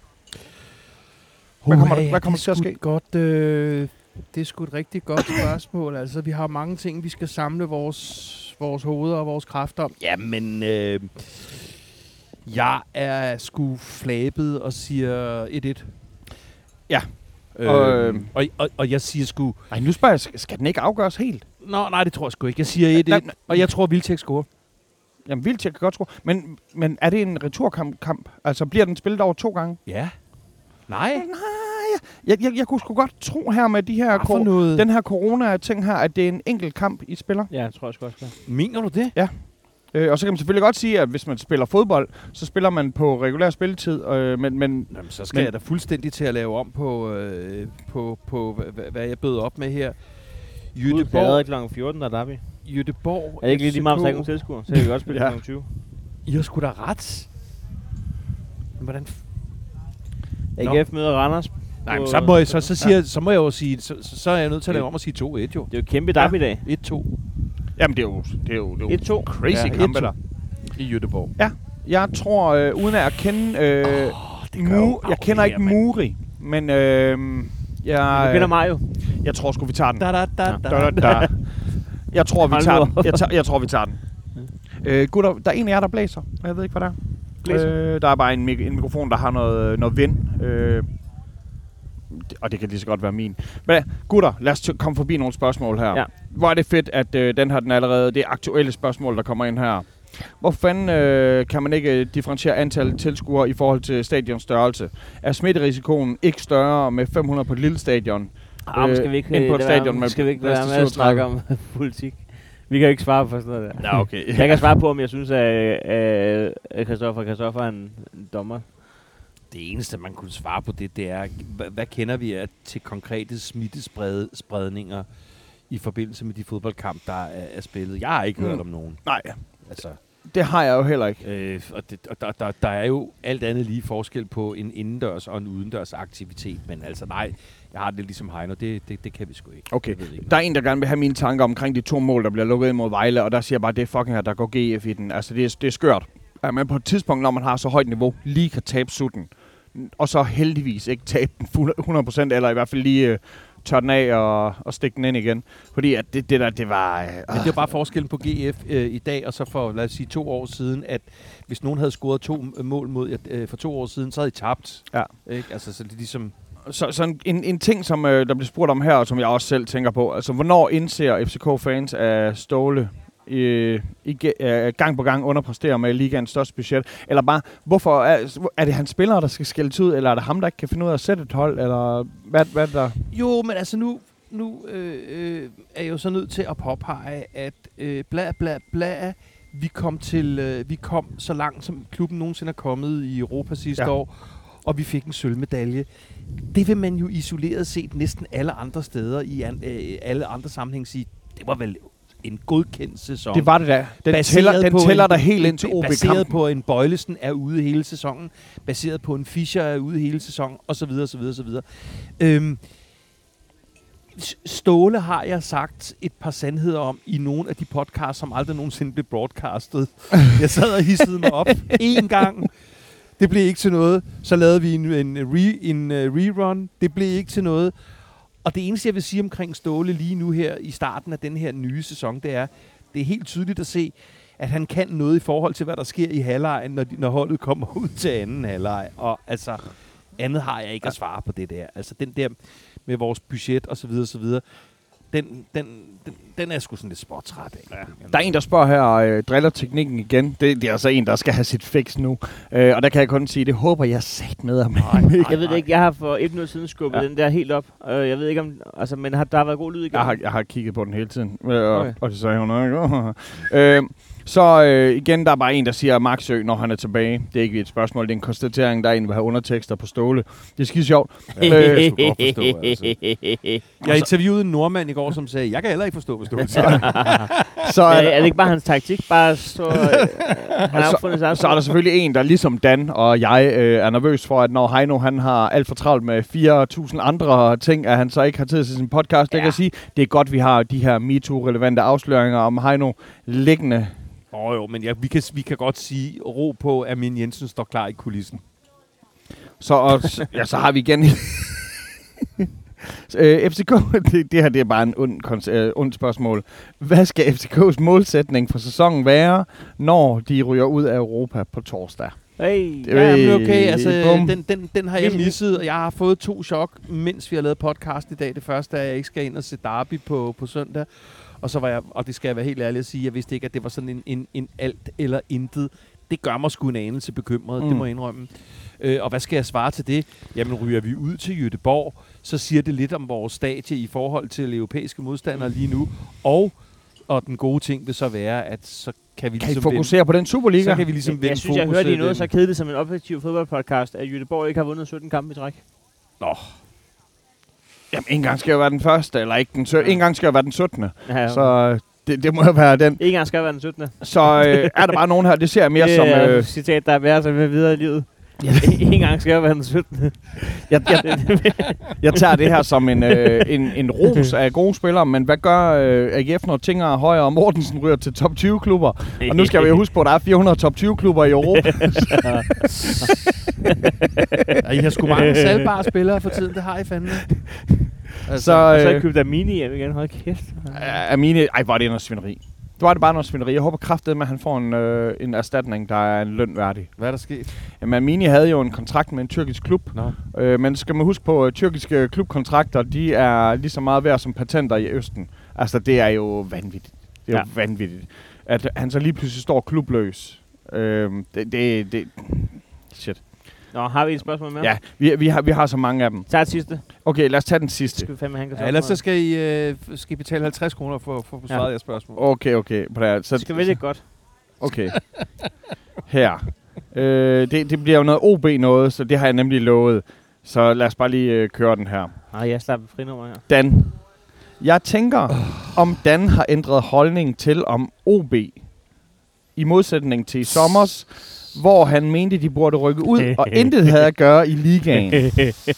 Hvad kommer, der, hvad kommer der til at ske? Godt, øh, det er sgu et rigtig godt spørgsmål. Altså, vi har mange ting, vi skal samle vores, vores hoveder og vores kræfter om. Jamen, øh, jeg er sgu flabet og siger et et. Ja. Øh, Og, og, øh, og, og, og jeg siger sgu... Nej, nu spørger jeg, skal- skal den ikke afgøres helt? Nå, nej, det tror jeg sgu ikke. Jeg siger et et, Nej, nej. og jeg tror, Vildtjek scorer. Jamen, vildt, jeg kan godt tro. Men, men er det en returkamp? Kamp? Altså, bliver den spillet over to gange? Ja. Nej. Jeg, jeg, jeg kunne sgu godt tro her med de her Hvad for kor- noget? den her corona-ting her, at det er en enkelt kamp, I spiller. Ja, jeg tror jeg sgu også. Mener du det? Øh, og så kan man selvfølgelig godt sige, at hvis man spiller fodbold, så spiller man på regulær spilletid. Øh, men, men Jamen, så skal Men- jeg da fuldstændig til at lave om på, øh, på, på hvad, hvad jeg bød op med her. Udpladet Göteborg. klokken fjorten, der er derby. Göteborg. Er det ikke lige lige meget, om der er ikke F C K. nogen tilskuer? Så kan vi godt spille Ja. klokken tyve. I har sgu da ret. Men hvordan... f- A G F møder Randers. Nej, men på- så må jeg, så, så, siger, så må jeg jo sige, så, så, så er jeg nødt til at lave om og sige to et jo. Det er jo et kæmpe derby i dag. et to jamen, det er jo, det er jo, det er jo et to. crazy Ja, kampe et to. der. i Göteborg. Jeg tror, øh, uden at kende... Øh, det Mu- jeg kender ikke Muri, men øh, jeg, Men du kender Mario. jeg tror sgu, vi tager den. Da, da, da, Ja. da. Da, da, da. Jeg tror, vi Hold tager nu den. op. Jeg, tager, jeg tror, vi tager den. Øh, gutter, der er en af jer, der blæser. og Jeg ved ikke, hvad der er. Blæser? Øh, der er bare en, mik- en mikrofon, der har noget, noget vind. Øh, det- og det kan lige så godt være min. Men gutter, lad os t- komme forbi nogle spørgsmål her. Ja. Hvor er det fedt, at øh, den har den allerede... Det er aktuelle spørgsmål, der kommer ind her. Hvor fanden øh, kan man ikke differentiere antallet tilskuere i forhold til stadions størrelse? Er smitterisikoen ikke større med fem hundrede på et lille stadion? Ah, men skal vi ikke, ind på et lade være- stadion med skal vi ikke plads være til med at snakke syvogtredive? om politik? Vi kan jo ikke svare på sådan noget der. Nå, okay. Jeg kan svare på, om jeg synes, at, at, at Christoffer, Christoffer er en, en dommer. Det eneste, man kunne svare på det, det er, hvad, hvad kender vi af til konkrete smittespredninger i forbindelse med de fodboldkamp, der er, er spillet? Jeg har ikke Mm. hørt om nogen. Nej, Altså, det har jeg jo heller ikke. øh, og det, og der, der, der er jo alt andet lige forskel på en indendørs og en udendørs aktivitet, men altså nej, jeg har det ligesom Heino, det, det, det kan vi sgu ikke. Okay. Jeg ved ikke. Der er en, der gerne vil have mine tanker omkring de to mål, der bliver lukket ind mod Vejle, og der siger jeg bare, det er fucking her, der går G F i den. Altså, det er, det er skørt. Ja, men på et tidspunkt, når man har så højt niveau, lige kan tabe sutten, og så heldigvis ikke tabe den hundrede procent, eller i hvert fald lige øh, tørre den af og, og stikke den ind igen. Fordi at det, det der, det var... Øh, Men det er bare forskellen på G F øh, i dag, og så for, lad os sige, to år siden, at hvis nogen havde scoret to mål mod øh, for to år siden, så havde de tabt. Ja. Ikke? Altså, så det er ligesom... Så, så en, en ting, som øh, der bliver spurgt om her, og som jeg også selv tænker på, altså hvornår indser F C K-fans af Ståle i, i, øh, gang på gang underpresterer med ligaens største budget? Eller bare, hvorfor er, er det hans spillere, der skal skældes ud, eller er det ham, der ikke kan finde ud af at sætte et hold, eller hvad, hvad der... Jo, men altså nu, nu øh, øh, er jeg jo så nødt til at påpege, at øh, bla bla bla, vi kom, til, øh, vi kom så langt, som klubben nogensinde er kommet i Europa sidste Ja. år, og vi fik en sølvmedalje. Det vil man jo isoleret set næsten alle andre steder, i an, øh, alle andre sammenhæng sige, det var vel en godkendt sæson. Det var det da. Den Baseret tæller, den på tæller en- der helt ind til O Baseret B-kampen. på en Bøjlesen er ude hele sæsonen, baseret på en Fischer er ude hele sæsonen, og så videre, så videre, så videre. Øhm, S- Ståle har jeg sagt et par sandheder om i nogle af de podcasts, som aldrig nogensinde blev broadcastet. Jeg sad og hissede mig op én gang. Det blev ikke til noget. Så lavede vi en, en, re, en uh, rerun. Det blev ikke til noget. Og det eneste, jeg vil sige omkring Ståle lige nu her i starten af den her nye sæson, det er, det er helt tydeligt at se, at han kan noget i forhold til, hvad der sker i halvlejen, når, de, når holdet kommer ud til anden halvleg. Og altså, andet har jeg ikke at svare på det der. Altså den der med vores budget og så videre, så videre, den, den, den, den er sgu sådan lidt sportsret af. Ja. Der er en, der spørger her, øh, driller teknikken igen. Det, det er altså en, der skal have sit fix nu. Øh, og der kan jeg kun sige, det håber jeg sat med ham. Jeg ved det ikke, jeg har for et minut siden skubbet Ja. den der helt op. Uh, jeg ved ikke om, altså, men har, der har været god lyd igen. Jeg har, jeg har kigget på den hele tiden, øh, og, Okay. og det sagde hun ikke. øh, Så øh, igen, der er bare en, der siger Maxø, når han er tilbage. Det er ikke et spørgsmål, det er en konstatering. Der er en, der vil have undertekster på Ståle. Det er skide sjovt. Det kan jeg sgu godt forstå, altså. Jeg interviewede en nordmand i går, som sagde, jeg kan heller ikke forstå, hvad Ståle siger. Så Ja, er, er der, det ikke bare hans taktik? Bare så... Øh, han har opfundet sig. så er der selvfølgelig en, der ligesom Dan og jeg øh, er nervøs for, at når Heino han har alt for travlt med fire tusind andre ting, at han så ikke har tid til sin podcast. Ja. Det kan jeg sige, det er godt, vi har de her MeToo-relevante afsløringer om Heino liggende Åh oh, jo, men ja, vi, kan, vi kan godt sige ro på, at Min Jensen står klar i kulissen. Så, og, ja, så har vi igen... øh, F C K, det, det her det er bare en ond, øh, ond spørgsmål. Hvad skal F C K's målsætning for sæsonen være, når de ryger ud af Europa på torsdag? Hey. Ja, men okay, altså, Bum. den, den, den har jeg misset, og jeg har fået to chok, mens vi har lavet podcast i dag. Det første er, at jeg ikke skal ind og se Derby på, på søndag. Og så var jeg, og det skal jeg være helt ærlig at sige, jeg vidste ikke, at det var sådan en, en, en alt eller intet. Det gør mig sgu en anelse bekymret, mm. det må jeg indrømme. Øh, og hvad skal jeg svare til det? Jamen, ryger vi ud til Göteborg, så siger det lidt om vores stadie i forhold til europæiske modstandere lige nu. Og, og den gode ting vil så være, at så kan vi kan ligesom fokusere vende, på den Superliga. Så kan vi ligesom jeg, vende jeg synes, jeg hørte i noget den. så kedeligt som en objektiv fodboldpodcast, at Göteborg ikke har vundet sytten kampe i træk. Nå. Jamen, en gang skal jo være den første, eller ikke den syttende. En gang skal jo være den syttende. Ja, ja. Så det, det må jo være den. En gang skal være den syttende. Så øh, er der bare nogen her, det ser jeg mere det som... er Øh, et citat, der er værd med videre i livet. En gang skal jeg være den syttende. jeg, jeg, jeg tager det her som en, øh, en, en ros af gode spillere, men hvad gør øh, A G F, når Tinger, Højer og Mortensen ryger til top tyve klubber? Og nu skal vi jo huske på, at der er fire hundrede top tyve klubber i Europa. Ja, I har sgu mange salgbare spillere for tiden, det har I fandme. Altså, så, og så har jeg købt Amini hjem igen, hold kæft. Uh, Amini, ej, hvor er det noget svineri. Det var det bare noget svineri. Jeg håber kraftedeme, at han får en, øh, en erstatning, der er en løn værdig. Hvad er der sket? Jamen, Amini havde jo en kontrakt med en tyrkisk klub. No. Øh, men skal man huske på, at tyrkiske klubkontrakter, de er lige så meget værd som patenter i Østen. Altså, det er jo vanvittigt. Det er ja. jo vanvittigt. At han så lige pludselig står klubløs. Øh, det, det, det... Shit. Nå, har vi et spørgsmål mere? Ja, vi, vi, har, vi har så mange af dem. Tag et sidste. Okay, lad os tage den sidste. Skal vi fandme have ja, ellers så skal I, øh, skal I betale halvtreds kroner for, for at besvare ja. jeres spørgsmål. Okay, okay. Så, det skal vælge godt. Okay. Her. Øh, det, det bliver jo noget O B noget, så det har jeg nemlig lovet. Så lad os bare lige øh, køre den her. Nej, jeg slapper frinummer her. Dan. Jeg tænker, oh. om Dan har ændret holdning til om O B. I modsætning til i sommers, hvor han mente, de burde rykke ud, og intet havde at gøre i ligaen.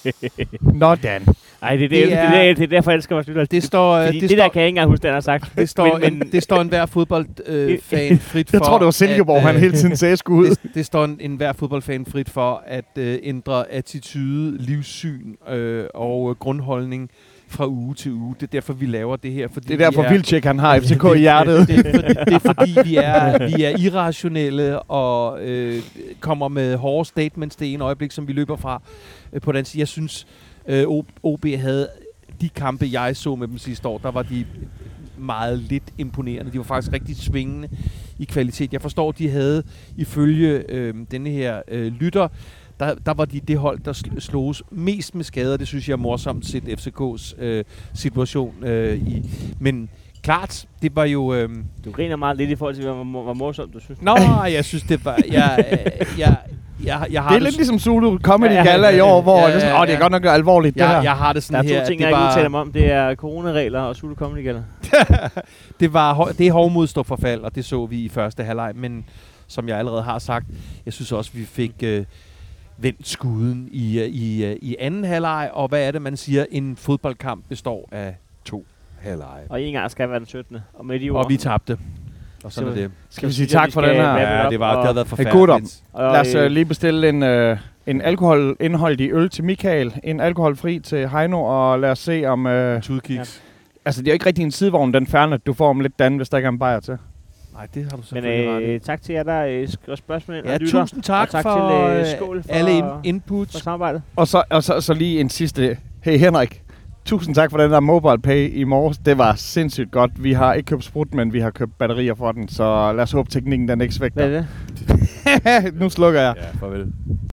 Nå, Dan. Ej, det er, det, det, er, det, er, det er derfor, jeg elsker vores lytter. Det, står, det, det står, der kan jeg ikke engang huske, den har sagt. Det står, men, men, det står en hver fodboldfan øh, frit for... Jeg tror, det var Silkeborg, han hele tiden sagde skulle ud. Det, det står en, en hver fodboldfan frit for at øh, ændre attitude, livssyn øh, og øh, grundholdning fra uge til uge. Det er derfor, vi laver det her. Fordi det er derfor, er, Vildtjek, han har F C K i hjertet. Det, det, det, det, det er fordi, vi er, vi er irrationelle og øh, kommer med hårde statements det ene øjeblik, som vi løber fra. Øh, på den side. Jeg synes, øh, O B havde de kampe, jeg så med dem sidste år, der var de meget lidt imponerende. De var faktisk rigtig svingende i kvalitet. Jeg forstår, de havde ifølge øh, denne her øh, lytter, Der, der var de det hold, der sloges mest med skader. Det synes jeg er morsomt set F C K's øh, situation øh, i. Men klart, det var jo... Øh, du griner meget lidt i forhold til, hvad var morsomt, du synes. Nå, jeg synes, det var... Jeg, jeg, jeg, jeg har det er det lidt s- ligesom Zulu Comedy ja, Gala i år, hvor ja, ja, ja, det er sådan, åh, det er godt nok alvorligt, ja, det her. Jeg har det sådan her... Der er to ting, det jeg var, ikke udtaler mig om. Det er coronaregler og Zulu Comedy Gala. det, var, det er hovmodståforfald, og det så vi i første halvleg. Men som jeg allerede har sagt, jeg synes også, vi fik... Øh, vendt skuden i, i, i anden halvleg, og hvad er det, man siger? En fodboldkamp består af to halvleje. Og en gang skal være den syttende. Og, med de ord, og vi tabte. Og sådan så er det. Skal vi sige tak for den her? Ja, det, var, det har været forfærdeligt. Lad os uh, lige bestille en, uh, en alkoholindholdig øl til Michael, en alkoholfri til Heino, og lad os se om... Uh, Tudkiks. Ja. Altså, det er jo ikke rigtig en sidevogn, den færne, du får om lidt Dan, hvis der ikke er en bajer til. Nej, det har du selvfølgelig Men øh, tak til jer, der øh, skriver spørgsmål ja, og lytter. Tusind tak, og tak for, til, øh, skål for alle in- inputs. For samarbejdet. Og så, og så, så lige en sidste. Hey Henrik, tusind tak for den der mobile pay i morges. Det var sindssygt godt. Vi har ikke købt sprut, men vi har købt batterier for den. Så lad os håbe, teknikken den ikke svægter. Hvad er det? Nu slukker jeg. Ja, farvel.